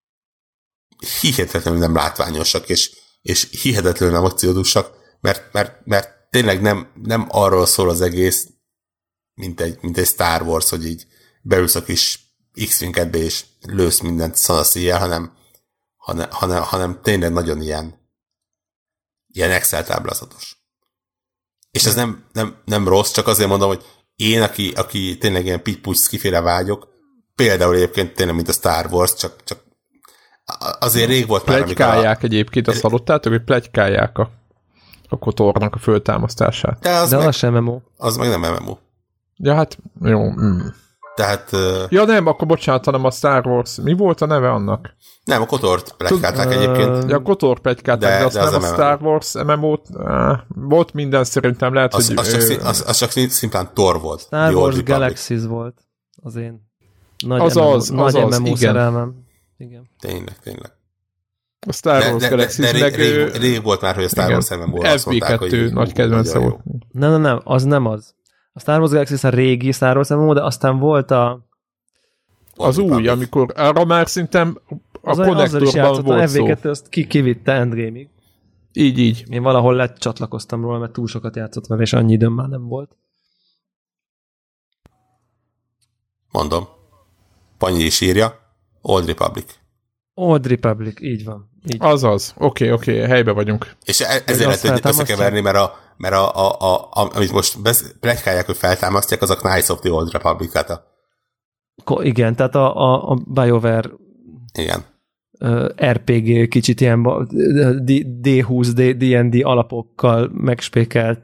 hihetetlenül nem látványosak, és, és hihetetlenül nem akciódusak, mert, mert, mert tényleg nem, nem arról szól az egész, mint egy, mint egy Star Wars, hogy így beülsz a kis X-Wing-edbe, és lősz mindent szanaszéjjel, hanem, hanem, hanem, hanem tényleg nagyon ilyen ilyen Excel táblázatos. És ez nem, nem, nem rossz, csak azért mondom, hogy én, aki, aki tényleg ilyen pitty-puty skifire vágyok, például egyébként tényleg, mint a Star Wars, csak, csak azért rég volt már, amikor... Pletykálják egyébként, azt hallottátok, hogy pletykálják a, a kotornak a föltámasztását. De az, De meg, az sem em em o. Az meg nem em em o. Ja, hát jó. Mm. Tehát... Uh, ja nem, akkor bocsánat, hanem a Star Wars. Mi volt a neve annak? Nem, a Kotort pletykálták Tud, egyébként. Ja, a Kotort pletykálták, de, de azt de az nem a Star Wars em em o-t. Uh, volt minden szerintem, lehet, az, hogy... Az, ő, csak, az, az csak szimplán Tor volt. Star Wars Galaxies volt az én nagy az em em o, az, nagy az, em em o igen. szerelmem. Igen. Tényleg, tényleg. A Star Wars de, de, Galaxies de, de meg... rég, rég, rég volt már, hogy a Star igen. Wars em em o-ra azt mondták, hogy... nagy kedvence volt. Nem, nem, nem, az nem az. A Star Wars Galaxies a régi Star Wars em em o, de aztán volt a... Az új, amikor arra már szerintem a konnektorban volt a szó. ef vé kettő azt ki, kivitte Endgame-ig. Így, így. Én valahol lecsatlakoztam róla, mert túl sokat játszott vele, és annyi időm már nem volt. Mondom. Panyi is írja. Old Republic. Old Republic, így van. Így. Azaz. Oké, okay, oké, okay, helybe vagyunk. És ezért lehet, hogy összekeverni, mert, a, mert a, a, a, a, amit most pletykálják, hogy feltámasztják, az a Knights of the Old Republic, tehát a Igen, tehát a, a, a BioWare igen. er pé gé kicsit ilyen dé húsz, dé en dé alapokkal megspékelt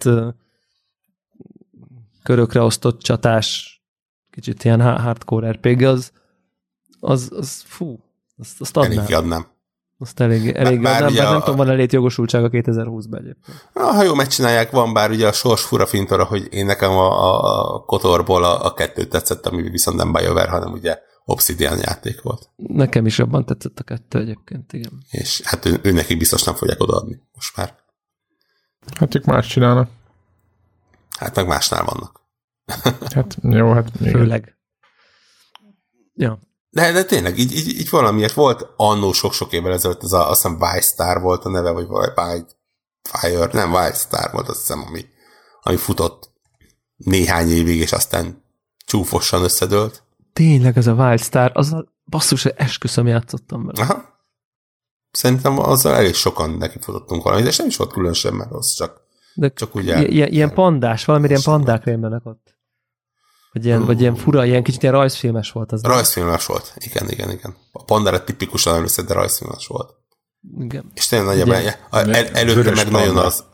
körökre osztott csatás, kicsit ilyen hardcore er pé gé, az, az, az fú, azt, azt adnám. Elég adnám. Azt elég, elég bár, adnám, bár a... nem tudom, van elég jogosultság a kétezer-húszban egyébként. Ha jó megcsinálják, van bár ugye a sors fura fintora, hogy én nekem a, a Kotorból a, a kettőt tetszett, ami viszont nem BioWare, hanem ugye Obsidian játék volt. Nekem is jobban tetszett a kettő egyébként, igen. És hát ő, ő neki biztos nem fogják odaadni most már. Hát ők más csinálnak. Hát meg másnál vannak. Hát jó, hát igen. Főleg. Ja. De, de tényleg, így, így, így valamiért volt annó sok-sok évvel ezelőtt, az a, azt hiszem Wildstar volt a neve, vagy Wildfire, nem Wildstar volt, azt hiszem, ami, ami futott néhány évig, és aztán csúfosan összedőlt. Tényleg ez a Wildstar, az a basszus, hogy esküszöm játszottam vele. Aha. Szerintem azzal elég sokan nekifutottunk valamit, és nem is volt különösen, mert az csak, de csak ugye... Ilyen, ilyen pandás, valami ilyen pandák rémlenek ott. Vagy ilyen, uh. vagy ilyen fura, ilyen kicsit ilyen rajzfilmes volt az. Rajzfilmes volt, igen, igen, igen. A pandára tipikusan emlékszed, de rajzfilmes volt. Igen. És tényleg nagyjából el, előtte meg nagyon panda. Az...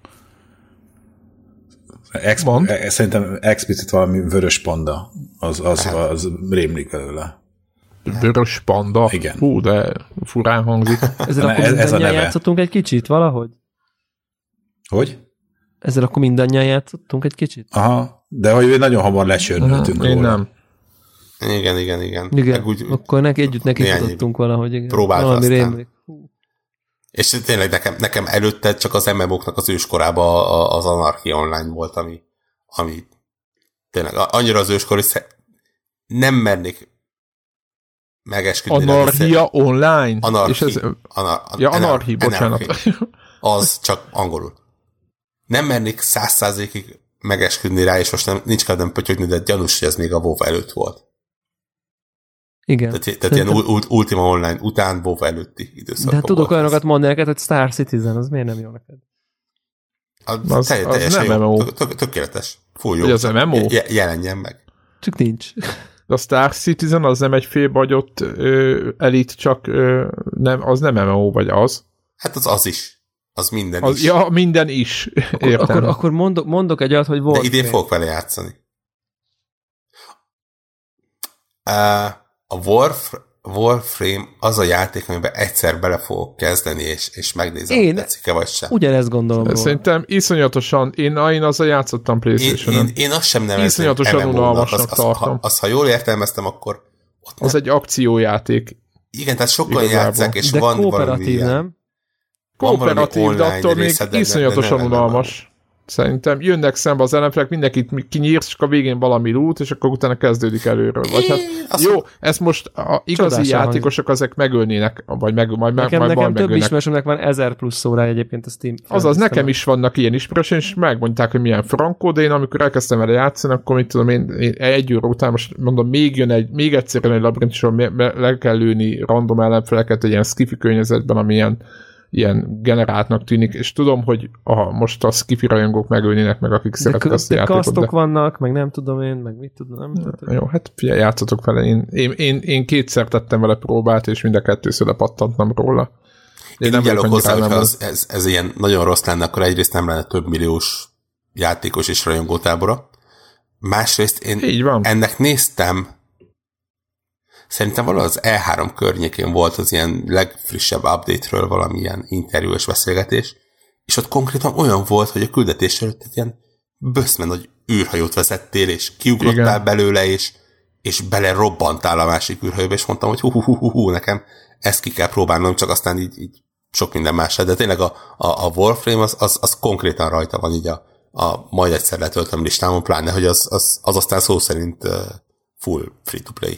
Ex, szerintem explicit valami vörös panda, az, az, az, az rémlik belőle. Vörös panda? Igen. Hú, de furán hangzik. Ezzel akkor ez, ez mindannyian játszottunk egy kicsit valahogy? Hogy? Ezzel akkor mindannyian játszottunk egy kicsit? Aha, de hogy nagyon hamar lesörnöltünk róla. Én nem. Igen, igen, igen. Igen, úgy, akkor neki, együtt neki futottunk valahogy. Igen. Próbált valami aztán. Rémlik. És tényleg nekem, nekem előtte csak az em em ó-knak az őskorában az Anarchy Online volt, ami, ami tényleg annyira az őskor, hogy nem mernék megesküdni. Anarchia Online? Anarchy. És ez... Anar- ja, Anarchy, bocsánat. Az csak angolul. Nem mernék száz százalékig megesküdni rá, és most nem, nincs kedvem pötyögni, de gyanús, hogy ez még a WoW előtt volt. Igen. Tehát, tehát ilyen ult, Ultima Online után WoW előtti időszakban. De tudok olyanokat mondani neked, hogy Star Citizen, az miért nem jó neked? Az, az, telj, az nem jó. em em o. Tök, tökéletes. Full jó. Az em em o? Je, jelenjen meg. Csak nincs. De a Star Citizen az nem egy félbagyott ö, elit, csak ö, nem, az nem em em o, vagy az? Hát az az is. Az minden az, is. Ja, minden is. Akkor, akkor, akkor mondok, mondok egy olyat, hogy volt. De idén fogok vele játszani. Uh, a Warf, Warframe az a játék, amiben egyszer bele fogok kezdeni, és, és megnézem, én tetszik-e vagy sem. Ugyanezt gondolom róla. Szerintem iszonyatosan, én, én azzal játszottam PlayStation-on. Én, én, én azt sem nevezném iszonyatosan unalmasnak az, az, tartom. ha, az, ha jól értelmeztem, akkor... Az nem. Egy akciójáték. Igen, tehát sokan játszák, és de van kooperatív, valami nem? Kooperatív, de attól még iszonyatosan unalmas. Szerintem jönnek szembe az ellenfelek, mindenkit kinyírsz, csak a végén valami loot, és akkor utána kezdődik előről. Vagy hát, jó, ezt most a igazi játékosok ezek megölnének, vagy meg, majd, nekem, majd nekem több megölnek. ismerősömnek van ezer plusz órája egyébként a Steam. Azaz, nekem is vannak ilyen ismerősöm, és megmondták, hogy milyen frankó, de én amikor elkezdtem vele játszani, akkor mit tudom én, én egy óra után most mondom, még jön egy, még egyszer jön egy labirintusról, le kell lőni random ellenfeleket egy ilyen skifi környezetben, ami ilyen ilyen generáltnak tűnik, és tudom, hogy a, most a skifi rajongók megölnének meg, akik szeretnek azt a játékot. De kasztok vannak, meg nem tudom én, meg mit tudom. Nem ja, jó, hát figyelj, játszatok vele. Én, én, én, én kétszer tettem vele próbát, és mind a kettőször lepattantam róla. Én, én nem ügyelök hozzá, hogyha az, ez, ez ilyen nagyon rossz lenne, akkor egyrészt nem lenne több milliós játékos és rajongótábora. Másrészt én ennek néztem, szerintem valahogy az E három környékén volt az ilyen legfrissebb update-ről valamilyen interjúos beszélgetés, és ott konkrétan olyan volt, hogy a küldetés előtt egy ilyen böszmen nagy űrhajót vezettél, és kiugrottál igen. belőle, és, és bele robbantál a másik űrhajóba, és mondtam, hogy hú, hú, hú, hú, nekem ezt ki kell próbálnom, csak aztán így, így sok minden más. De tényleg a, a, a Warframe az, az, az konkrétan rajta van így a, a majd egyszer letöltöm listámon, pláne, hogy az, az, az aztán szó szerint uh, full free-to-play.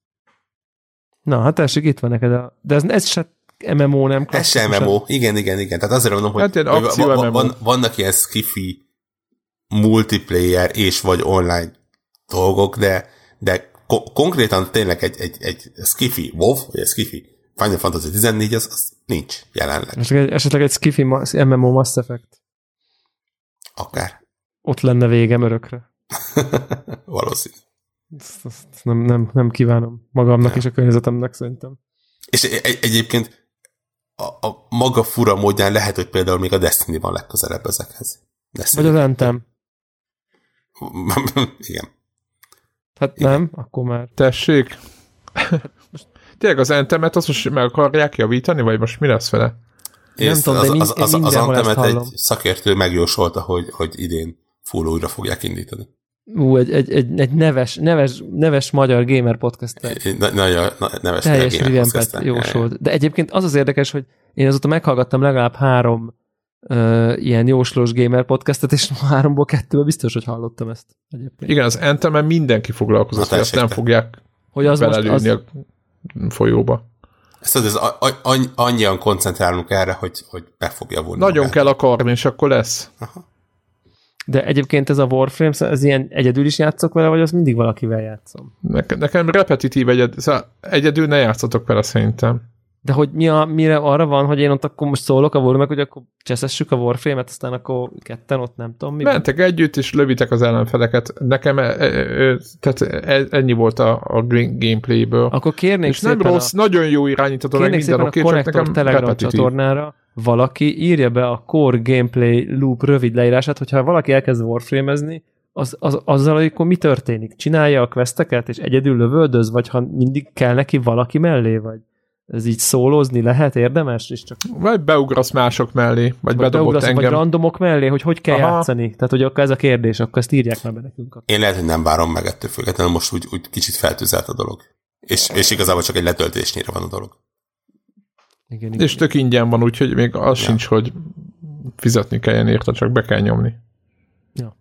Na, hát tessék, itt van neked a... De ez, ez se em em o, nem? Ez se em em o, igen, igen, igen. Tehát azért mondom, hogy, hát hogy van, van, van, vannak ilyen skifi multiplayer és vagy online dolgok, de, de ko- konkrétan tényleg egy, egy, egy skifi WoW, vagy egy skifi Final Fantasy tizennégy, az, az nincs jelenleg. Esetleg egy, esetleg egy skifi em em o Mass Effect. Akár. Ott lenne végem örökre. Valószínű. Ezt, ezt nem, nem, nem kívánom magamnak nem. és a környezetemnek szerintem. És egy, egyébként a, a maga fura módján lehet, hogy például még a Destiny van legközelebb ezekhez. Destiny. Vagy az Anthem. Igen. Hát Igen. nem, akkor már. Tessék. Most tényleg az Anthemet azt most meg akarják javítani, vagy most mi lesz vele? Nem tudom, az, az, az, az, az Anthemet egy szakértő megjósolta, hogy, hogy idén full újra fogják indítani. Ú, egy, egy, egy, egy neves, neves, neves magyar gamer podcast-en. Nagyon neves teljes revampet jósolt. De egyébként az az érdekes, hogy én azóta meghallgattam legalább három uh, ilyen jóslós gamer podcastet, és háromból kettőben biztos, hogy hallottam ezt. Egyébként. Igen, az Anthemen mindenki foglalkozott, hogy azt nem fogják hogy az belelőni az... a folyóba. Ezt az, az annyian koncentrálunk erre, hogy, hogy meg fog javulni. Nagyon magát. Kell akarni, és akkor lesz. Aha. De egyébként ez a Warframe, ez ilyen egyedül is játszok vele, vagy az mindig valakivel játszom? Nekem, nekem repetitív egyed, szóval egyedül ne játszatok vele szerintem. De hogy mi a, mire arra van, hogy én ott akkor most szólok a Warframe-nek, hogy akkor cseszessük a Warframe-et, aztán akkor ketten ott nem tudom mi. Mentek együtt, és lövitek az ellenfeleket. Nekem e, e, e, tehát e, ennyi volt a, a gameplayből. Akkor kérnék és nem rossz, a, nagyon jó irányítató, meg minden oké, a Connector Telegram repetitív. Csatornára valaki írja be a core gameplay loop rövid leírását, hogyha valaki elkezd Warframe-ezni, az, az, azzal, akkor mi történik? Csinálja a questeket, és egyedül lövöldöz, vagy ha mindig kell neki valaki mellé, vagy ez így szólózni lehet, érdemes? És csak... Vagy beugrasz mások mellé, vagy, vagy bedobott engem. Vagy randomok mellé, hogy hogy kell Aha. játszani. Tehát, hogy akkor ez a kérdés, akkor ezt írják meg be nekünk. Én lehet, hogy nem várom meg ettől függetlenül, most úgy, úgy kicsit feltűzelt a dolog. És, és igazából csak egy letöltésnyire van a dolog. Igen, igen. És tök ingyen van, úgyhogy még az ja. sincs, hogy fizetni kelljen érte, csak be kell nyomni. Ja.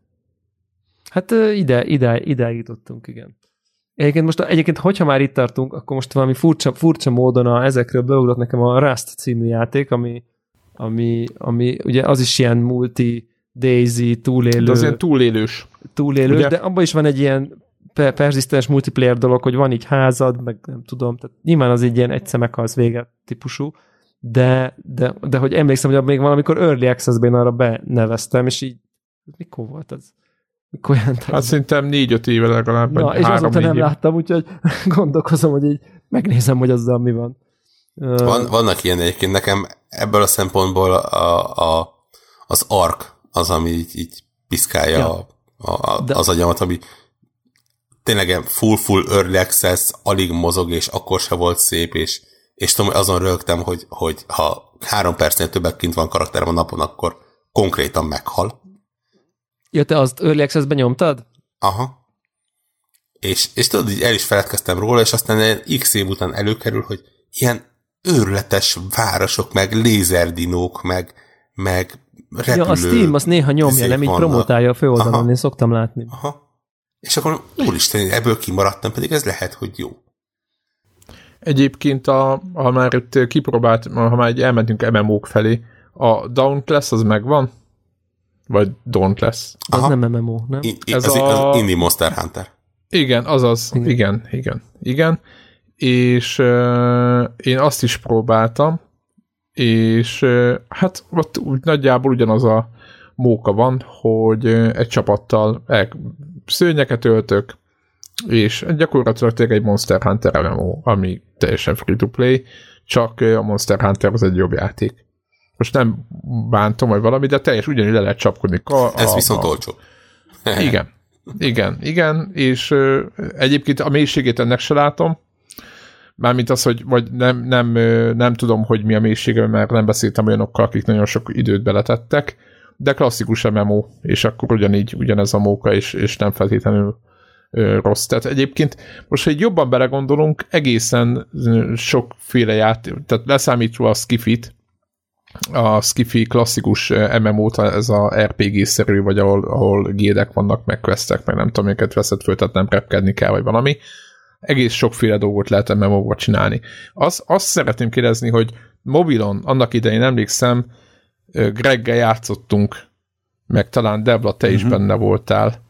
Hát ide, ide, ide jutottunk, igen. Egyébként most, egyébként, hogyha már itt tartunk, akkor most valami furcsa, furcsa módon a, ezekről beugrott nekem a Rust című játék, ami, ami, ami ugye az is ilyen multi, Daisy, túlélő. De az ilyen túlélős. Túlélős, ugye? De abban is van egy ilyen perzisztens multiplayer dolog, hogy van így házad, meg nem tudom, tehát nyilván az egy ilyen egyszer meghalsz vége típusú, de, de, de hogy emlékszem, hogy még valamikor Early Access-ben arra beneveztem, és így mikor volt az? Mikor jelent hát szerintem négy-öt éve legalább. Na, és azóta nem éve. Láttam, úgyhogy gondolkozom, hogy így megnézem, hogy azzal mi van. van vannak ilyen egyébként. Nekem ebből a szempontból a, a, az Ark az, ami így, így piszkálja ja. a, a, az agyamat, ami tényleg full-full early access, alig mozog, és akkor se volt szép, és, és tudom, azon rögtem, hogy, hogy ha három percnél többet kint van karakterem a napon, akkor konkrétan meghal. Ja, te azt Early Access-ben nyomtad? Aha. És, és tudod, így el is feledkeztem róla, és aztán x év után előkerül, hogy ilyen őrületes városok, meg lézerdinók, meg, meg repülő... Ja, a Steam azt néha nyomja, nem így promotálja a főoldalon, Aha. én szoktam látni. Aha. És akkor úristen, ebből kimaradtam, pedig ez lehet, hogy jó. Egyébként, a, ha már itt kipróbált, ha már egy elmentünk em em ó-k felé, a Dauntless az megvan? Vagy Dauntless? Az nem em em ó, nem? I, I, ez az, a... az Indie Monster Hunter. Igen, azaz. Igen, igen, igen. igen. És uh, én azt is próbáltam, és uh, hát ott úgy nagyjából ugyanaz a móka van, hogy uh, egy csapattal el, szőnyeket öltök, és gyakorlatilag tényleg egy Monster Hunter em em ó, ami teljesen free-to-play, csak uh, a Monster Hunter az egy jobb játék. Most nem bántom, vagy valami, de teljes ugyanúgy le lehet csapkodni. A, Ez a, viszont a... olcsó. igen. Igen, igen, és ö, egyébként a mélységét ennek se látom, mármint az, hogy vagy nem, nem, ö, nem tudom, hogy mi a mélysége, mert nem beszéltem olyanokkal, akik nagyon sok időt beletettek, de klasszikus em em ó, és akkor ugyanígy, ugyanez a móka, és, és nem feltétlenül ö, rossz. Tehát egyébként most, hogy jobban belegondolunk, egészen sokféle játék, tehát leszámítva a Skifit, a Skifi klasszikus em em ó-t, ez a er pé gé-szerű, vagy ahol, ahol gédek vannak, meg questek, meg nem tudom, őket veszed föl, tehát nem repkedni kell, vagy valami. Egész sokféle dolgot lehet em em ó-ba csinálni. Az, azt szeretném kérdezni, hogy mobilon, annak idején emlékszem, Greggel játszottunk, meg talán Debla, te is uh-huh. benne voltál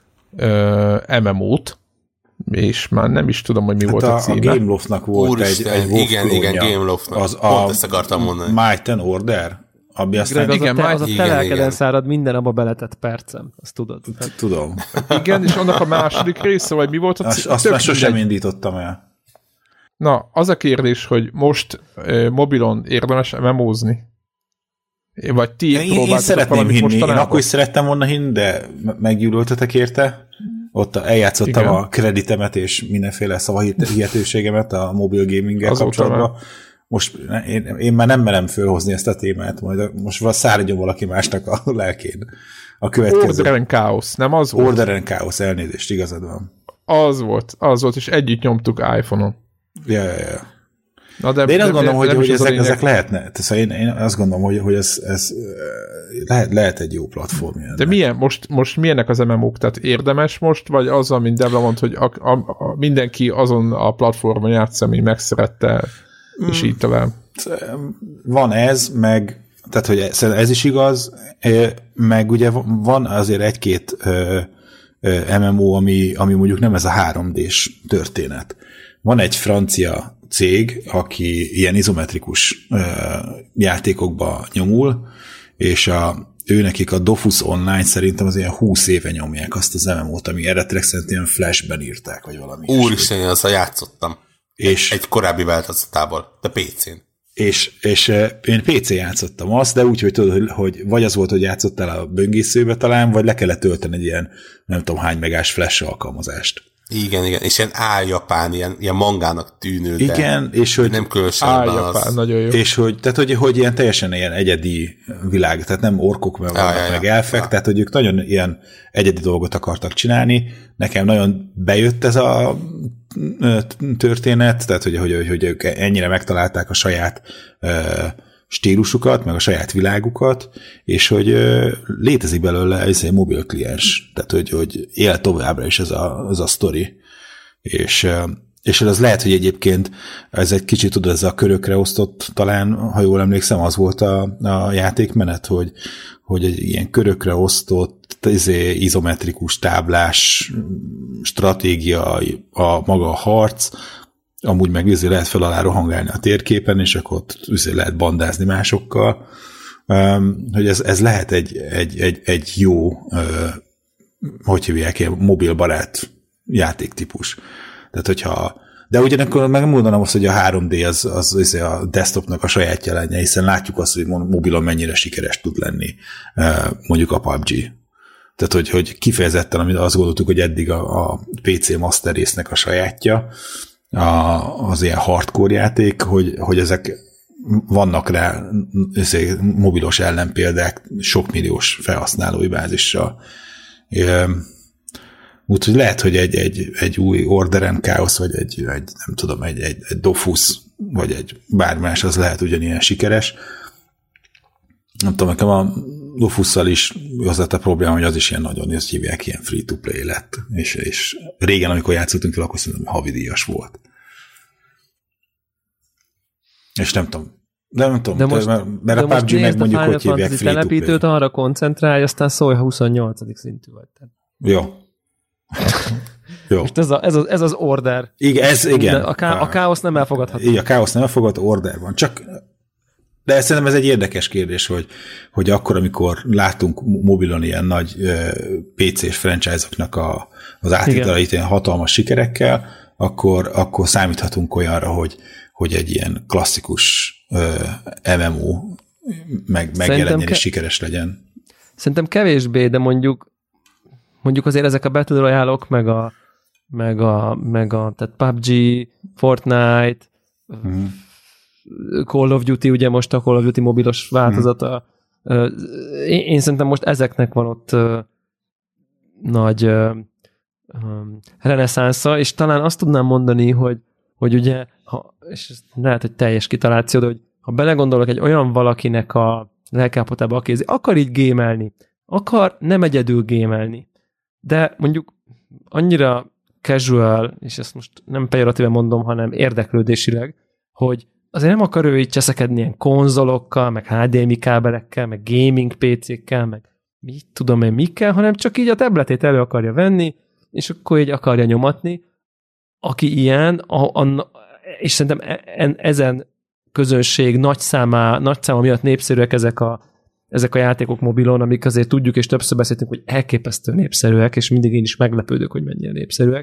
em em ó-t, és már nem is tudom, hogy mi hát volt a, a címe. A Gameloft-nak volt Úristen, egy, egy igen, igen, Gameloftnak. Az a Pont ezt akartam mondani. Might and Order? Abbi aztán... Greg, az igen, a, te, már- az a igen, telelkeden igen. szárad minden abba beletett percem. Azt tudod. Tudom. Igen, és annak a második része, vagy mi volt a Azt, c- azt tök már sosem mindegy. indítottam el. Na, az a kérdés, hogy most uh, mobilon érdemes memózni? Vagy ti Én, én próbáltatok szeretném valamit hinni, én mostanában? akkor is szerettem volna hinni, de me- meggyűlöltetek érte. Ott eljátszottam Igen. a kreditemet és mindenféle szavahihetőségemet a mobil gaminggel Azóta kapcsolatban. Most én, én már nem merem fölhozni ezt a témát, majd most száradjon valaki másnak a lelkén. A következő. Order and Chaos, nem az volt? Order and Chaos, elnézést, igazad van. Az volt, az volt, és együtt nyomtuk iPhone-on. Ja, ja, ja. Na de, De én azt de- gondolom, hogy, nem hogy is az a ezek, lényeg. ezek lehetne. Tehát én, én azt gondolom, hogy, hogy ez, ez lehet, lehet egy jó platform. De ennek. milyen, most, most milyenek az em em ó-k? Tehát érdemes most, vagy az, mint Debla mondta, hogy a, a, a, mindenki azon a platformon játsza, ami megszerette, és így tovább. Van ez, meg tehát, hogy ez, ez is igaz, meg ugye van azért egy-két em em o, ami, ami mondjuk nem ez a három dés történet. Van egy francia cég, aki ilyen izometrikus játékokba nyomul, és a, ő nekik a Dofus Online szerintem az ilyen húsz éve nyomják azt az em em o-t, ami eredetileg szerintem ilyen Flashben írták, vagy valami. Úristen, én azzal játszottam. És, Egy korábbi változatából, de pé cén. és, és én pé cén játszottam azt, de úgy, hogy tudod, hogy, hogy vagy az volt, hogy játszottál a böngészőbe talán, vagy le kellett tölteni egy ilyen nem tudom hány megás flash alkalmazást. Igen, igen, és ilyen áljapán, ilyen, ilyen mangának tűnő, de Igen, és hogy nem különösebben Áljapán, az. nagyon jó. és hogy, tehát, hogy, hogy ilyen teljesen ilyen egyedi világ, tehát nem orkok, meg, Ja, vannak, ja, ja. meg elfek, Ja. tehát hogy ők nagyon ilyen egyedi dolgot akartak csinálni. Nekem nagyon bejött ez a történet, tehát hogy, hogy, hogy ők ennyire megtalálták a saját stílusukat, meg a saját világukat, és hogy létezik belőle ez egy mobil kliens, tehát hogy, hogy él továbbra is ez a, az a sztori. És, és az lehet, hogy egyébként ez egy kicsit tudod, ez a körökre osztott, talán, ha jól emlékszem, az volt a, a játékmenet, hogy, hogy egy ilyen körökre osztott, izé, izometrikus táblás stratégia, a maga a harc, amúgy meg izé lehet fel alá rohangálni a térképen, és akkor ott izé lehet bandázni másokkal, hogy ez, ez lehet egy, egy, egy, egy jó, hogy hívják, ilyen mobilbarát játéktípus. Tehát, hogyha de ugyanakkor meg nem mondanám azt, hogy a három dé az, az, az a desktopnak a saját jelenje, hiszen látjuk azt, hogy mobilon mennyire sikeres tud lenni mondjuk a pé u bé gé. Tehát, hogy, hogy kifejezetten, amit azt gondoltuk, hogy eddig a, a pé cé Master Race-nek a sajátja, a, az ilyen hardcore játék, hogy, hogy ezek vannak rá mobilos ellenpéldák sok milliós felhasználói bázissal. Úgyhogy lehet, hogy egy, egy, egy új Order and Chaos, vagy egy, egy nem tudom, egy, egy, egy Dofus, vagy egy bármás, az lehet ugyanilyen sikeres. Nem tudom, nekem a Dofusszal is az lett a probléma, hogy az is ilyen nagyon, ezt hívják, ilyen free-to-play lett. És, és régen, amikor játszottunk fel, akkor szerintem havidíjas volt. És nem tudom, de nem tudom, de most, mert, mert de a pé u bé gé meg mondjuk, hogy hívják free-to-play. telepítőt arra koncentrálj, aztán szólj, ha huszonnyolcadik szintű vagy. Jó. Jó. Most ez, a, ez, az, ez az order. Igen, ez igen. De a, ká, a káosz nem elfogadható. Igen, a káosz nem elfogadható, order van. Csak, de szerintem ez egy érdekes kérdés, hogy, hogy akkor, amikor látunk mobilon ilyen nagy uh, pé cés franchise-oknak a, az átételeit ilyen hatalmas sikerekkel, akkor, akkor számíthatunk olyanra, hogy, hogy egy ilyen klasszikus uh, em em o meg, megjelenjen ke- és sikeres legyen. Szerintem kevésbé, de mondjuk mondjuk azért ezek a Battle Royale-ok, meg a, meg a, meg a tehát pé u bé gé, Fortnite, mm. Call of Duty, ugye most a Call of Duty mobilos változata. Mm. Én, én szerintem most ezeknek van ott uh, nagy uh, um, reneszánsza, és talán azt tudnám mondani, hogy, hogy ugye, ha, és lehet, hogy teljes kitaláció, de hogy ha belegondolok egy olyan valakinek a lelkállapotába, aki akar így gémelni, akar nem egyedül gémelni, de mondjuk annyira casual, és ezt most nem pejoratíven mondom, hanem érdeklődésileg, hogy azért nem akar ő így cseszekedni ilyen konzolokkal, meg há dé em i kábelekkel, meg gaming pé cékkel, meg mit tudom én mikkel, hanem csak így a tabletét elő akarja venni, és akkor így akarja nyomatni. Aki ilyen, a, a, és szerintem e, ezen közönség nagy számá, nagy száma miatt népszerűek ezek a, ezek a játékok mobilon, amik azért tudjuk, és többször beszéltünk, hogy elképesztő népszerűek, és mindig én is meglepődök, hogy mennyire népszerűek.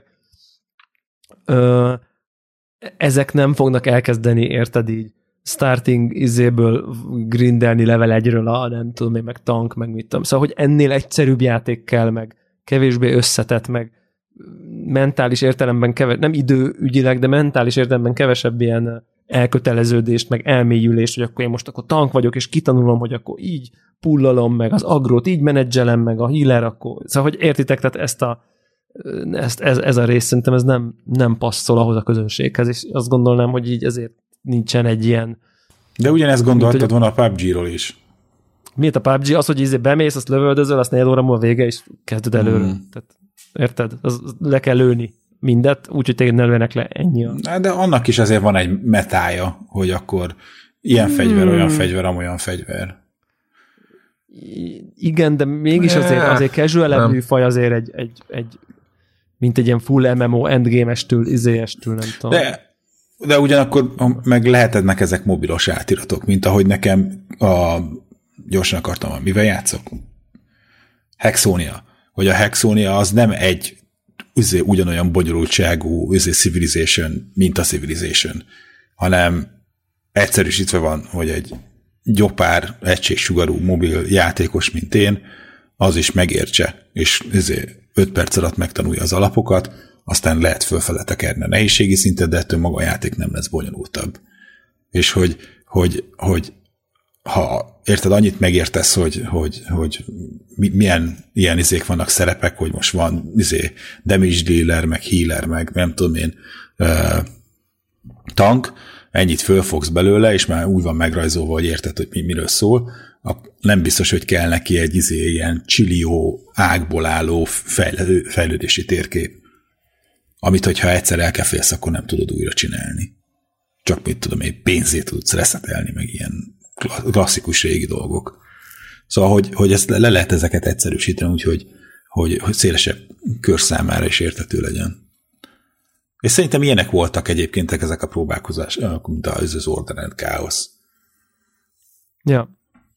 Ö, ezek nem fognak elkezdeni, érted így, starting izéből grindelni level egyről a, nem tudom én, meg tank, meg mit tudom. Szóval, hogy ennél egyszerűbb játék kell, meg kevésbé összetett, meg mentális értelemben kevesebb, nem időügyileg, de mentális értelemben kevesebb ilyen elköteleződést, meg elmélyülést, hogy akkor én most akkor tank vagyok, és kitanulom, hogy akkor így pullalom, meg az agrót így menedzselem, meg a healer, akkor... Szóval, hogy értitek, tehát ezt a, ezt, ez, ez a rész szerintem ez nem, nem passzol ahhoz a közönséghez, és azt gondolnám, hogy így ezért nincsen egy ilyen... De ugyanezt gondoltad mint, volna a pé u bé gé-ról is. Miért a pé u bé gé? Az, hogy ízé bemész, azt lövöldözöl, azt négy óra múlva vége, és kezded előre. Mm. Tehát, érted? Az, az le kell lőni mindet, úgyhogy téged ne lőnek le, ennyi a... De annak is azért van egy metája, hogy akkor ilyen fegyver, hmm. olyan fegyver, amolyan fegyver. Igen, de mégis azért, azért casual műfaj azért egy, egy, egy, mint egy ilyen full em em o endgame-estől, izéestől, nem tudom. De, de ugyanakkor meg lehetednek ezek mobilos átiratok, mint ahogy nekem a... gyorsan akartam, mivel játszok? Hexonia. Hogy a Hexonia az nem egy üzé, ugyanolyan bonyolultságú üzé Civilization, mint a Civilization, hanem egyszerűsítve van, hogy egy gyopár, egységsugarú mobil játékos, mint én, az is megértse, és üzé öt perc alatt megtanulja az alapokat, aztán lehet fölfele tekerni a nehézségi szintet, de ettől maga a játék nem lesz bonyolultabb. És hogy, hogy, hogy ha érted, annyit megértesz, hogy, hogy, hogy milyen ilyen izék vannak szerepek, hogy most van izé damage dealer, meg healer, meg nem tudom én uh, tank, ennyit fölfogsz belőle, és már úgy van megrajzolva, hogy érted, hogy mi, miről szól, nem biztos, hogy kell neki egy izé ilyen csillió ágból álló fejlő, fejlődési térkép, amit, hogyha egyszer elkefélsz, akkor nem tudod újra csinálni. Csak mit tudom én, pénzét tudsz reszetelni, meg ilyen klasszikus régi dolgok. Szóval, hogy, hogy ezt le lehet ezeket egyszerűsíteni, úgyhogy hogy, hogy szélesebb kör számára is érthető legyen. És szerintem ilyenek voltak egyébként ezek a próbálkozások, mint az Order and Chaos. Ja.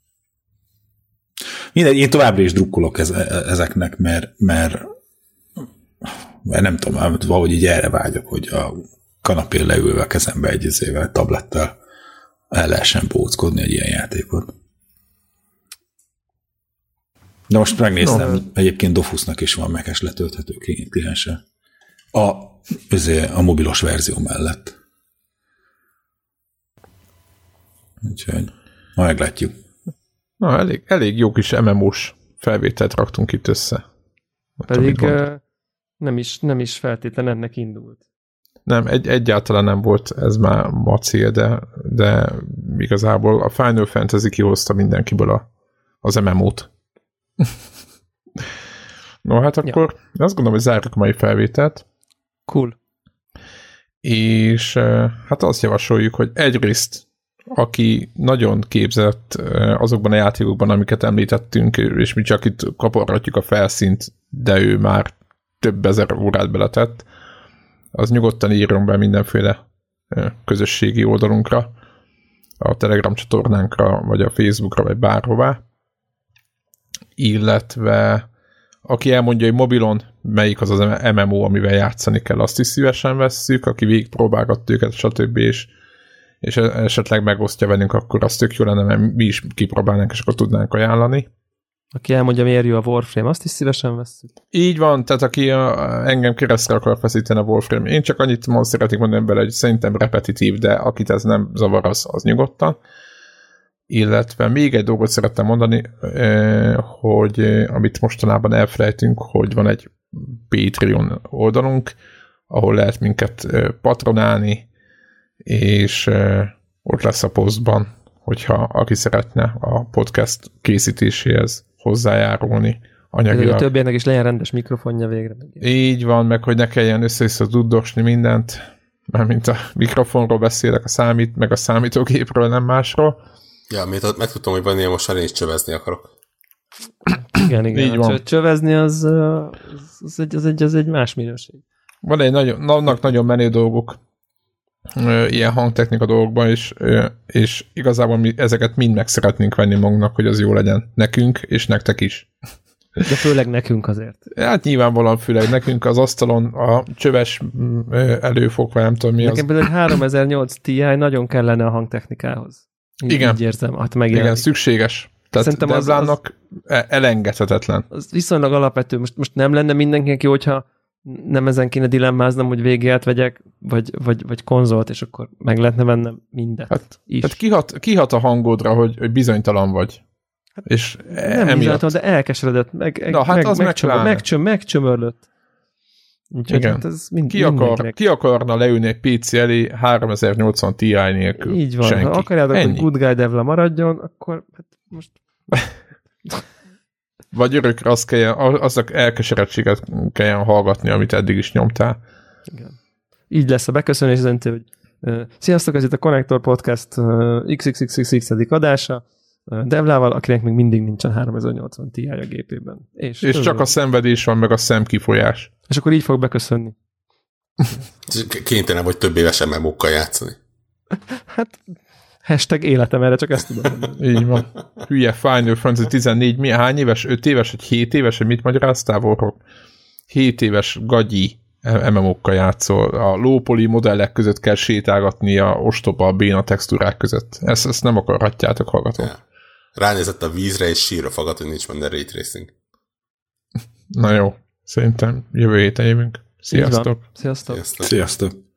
Minden, én továbbra is drukkolok ez, ezeknek, mert, mert, mert nem tudom, valahogy így erre vágyok, hogy a kanapén leülve a kezembe egy izével, tablettel el lehessen bóckodni egy ilyen játékot. De most megnéztem, no. Egyébként Dofusnak is van Mac-es letölthető kliense. A, a mobilos verzió mellett. Úgyhogy ma meglátjuk. Na, elég, elég jó kis em em o-s felvételt raktunk itt össze. Pedig uh, nem, is, nem is feltétlenül ennek indult. Nem, egy, egyáltalán nem volt ez már ma cél, de, de igazából a Final Fantasy kihozta mindenkiből a, az em em o-t. No, hát akkor ja. Azt gondolom, hogy zárjuk a mai felvételt. Cool. És hát azt javasoljuk, hogy egyrészt aki nagyon képzett azokban a játékokban, amiket említettünk, és mi csak itt kaparhatjuk a felszínt, de ő már több ezer órát beletett, az nyugodtan írjon be mindenféle közösségi oldalunkra, a Telegram csatornánkra, vagy a Facebookra, vagy bárhová. Illetve aki elmondja, hogy mobilon melyik az az em em o, amivel játszani kell, azt is szívesen vesszük, aki végigpróbálgat őket, stb. És, és esetleg megosztja velünk, akkor az tök jó lenne, mert mi is kipróbálnánk, és akkor tudnánk ajánlani. Aki elmondja, miért jó a Warframe, azt is szívesen vesszük. Így van, tehát aki a, engem keresztre akar feszíteni a Warframe, én csak annyit most szeretnék mondani bele, hogy szerintem repetitív, de akit ez nem zavar, az, az nyugodtan. Illetve még egy dolgot szerettem mondani, hogy amit mostanában elfelejtünk, hogy van egy Patreon oldalunk, ahol lehet minket patronálni, és ott lesz a posztban, hogyha aki szeretne a podcast készítéséhez hozzájárulni anyagilag. A többieknek is legyen rendes mikrofonja végre. Így van, meg hogy ne kelljen össze-vissza duddosni mindent, mert mint a mikrofonról beszélek, a számít, meg a számítógépről, nem másról. Ja, mert megtudtam, hogy van ilyen, most én is csövezni akarok. Igen, igen. Így van. Csövezni az, az, egy, az, egy, az egy más minőség. Van egy nagyon, annak nagyon menő dolgok. ilyen hangtechnika dolgokban, és, és igazából mi ezeket mind meg szeretnénk venni magunknak, hogy az jó legyen nekünk, és nektek is. De főleg nekünk azért. Hát nyilvánvalóan főleg nekünk az asztalon a csöves előfok, vagy nem tudom mi. Nekem az... például háromezer-nyolc Ti nagyon kellene a hangtechnikához. Így, igen. Így érzem, hát megjelenik. Igen, szükséges. Tehát Devlának az, elengedhetetlen. Az viszonylag alapvető. Most, most nem lenne mindenkinek jó, hogyha nem ezen kéne dilemmáznom, hogy végélet vegyek, vagy, vagy, vagy konzolt, és akkor meg lehetne vennem mindet hát, is. Hát kihat, kihat a hangodra, hogy, hogy bizonytalan vagy. Hát és nem bizonytalan, de elkeseredett, meg, Na, hát meg, az megcsömör, megcsömör, megcsömörlött. Úgyhogy hát ez mind, ki, akar, ki akarna leülni egy pé cé elé háromezer-nyolcvan Ti nélkül? Így van. Senki. Ha akarjátok, Ennyi. hogy Good Guy Devla maradjon, akkor hát most... Vagy örökre azt kelljen, azok elkeseredtséget kelljen hallgatni, amit eddig is nyomtál. Igen. Így lesz a beköszönés, zöntő, hogy uh, sziasztok, ez itt a Connector Podcast uh, iksz iksz iksz iksz iksz adása uh, Devlával, akinek még mindig nincsen háromezer-nyolcvan Ti a gépében. És, és csak a szenvedés van, meg a szemkifolyás. És akkor így fog beköszönni. Kénytelen vagy több éves em em ó-kkal játszani. Hát... Hashtag életem, erre csak ezt tudom mondani. Így van. Hülye Final Fantasy tizennégy, mi, hány éves? öt éves, vagy hét éves, vagy mit magyaráztál, Vorok? hét éves gagyi em em ó-kkal játszol. A low-poly modellek között kell sétálgatni a ostoba, a béna textúrák között. Ezt, ezt nem akarhatjátok, hallgatók. Ja. Ránézett a vízre, és sírra fagad, hogy nincs benne ray tracing. Na jó, szerintem jövő héten jövünk. Sziasztok! Sziasztok! Sziasztok! Sziasztok.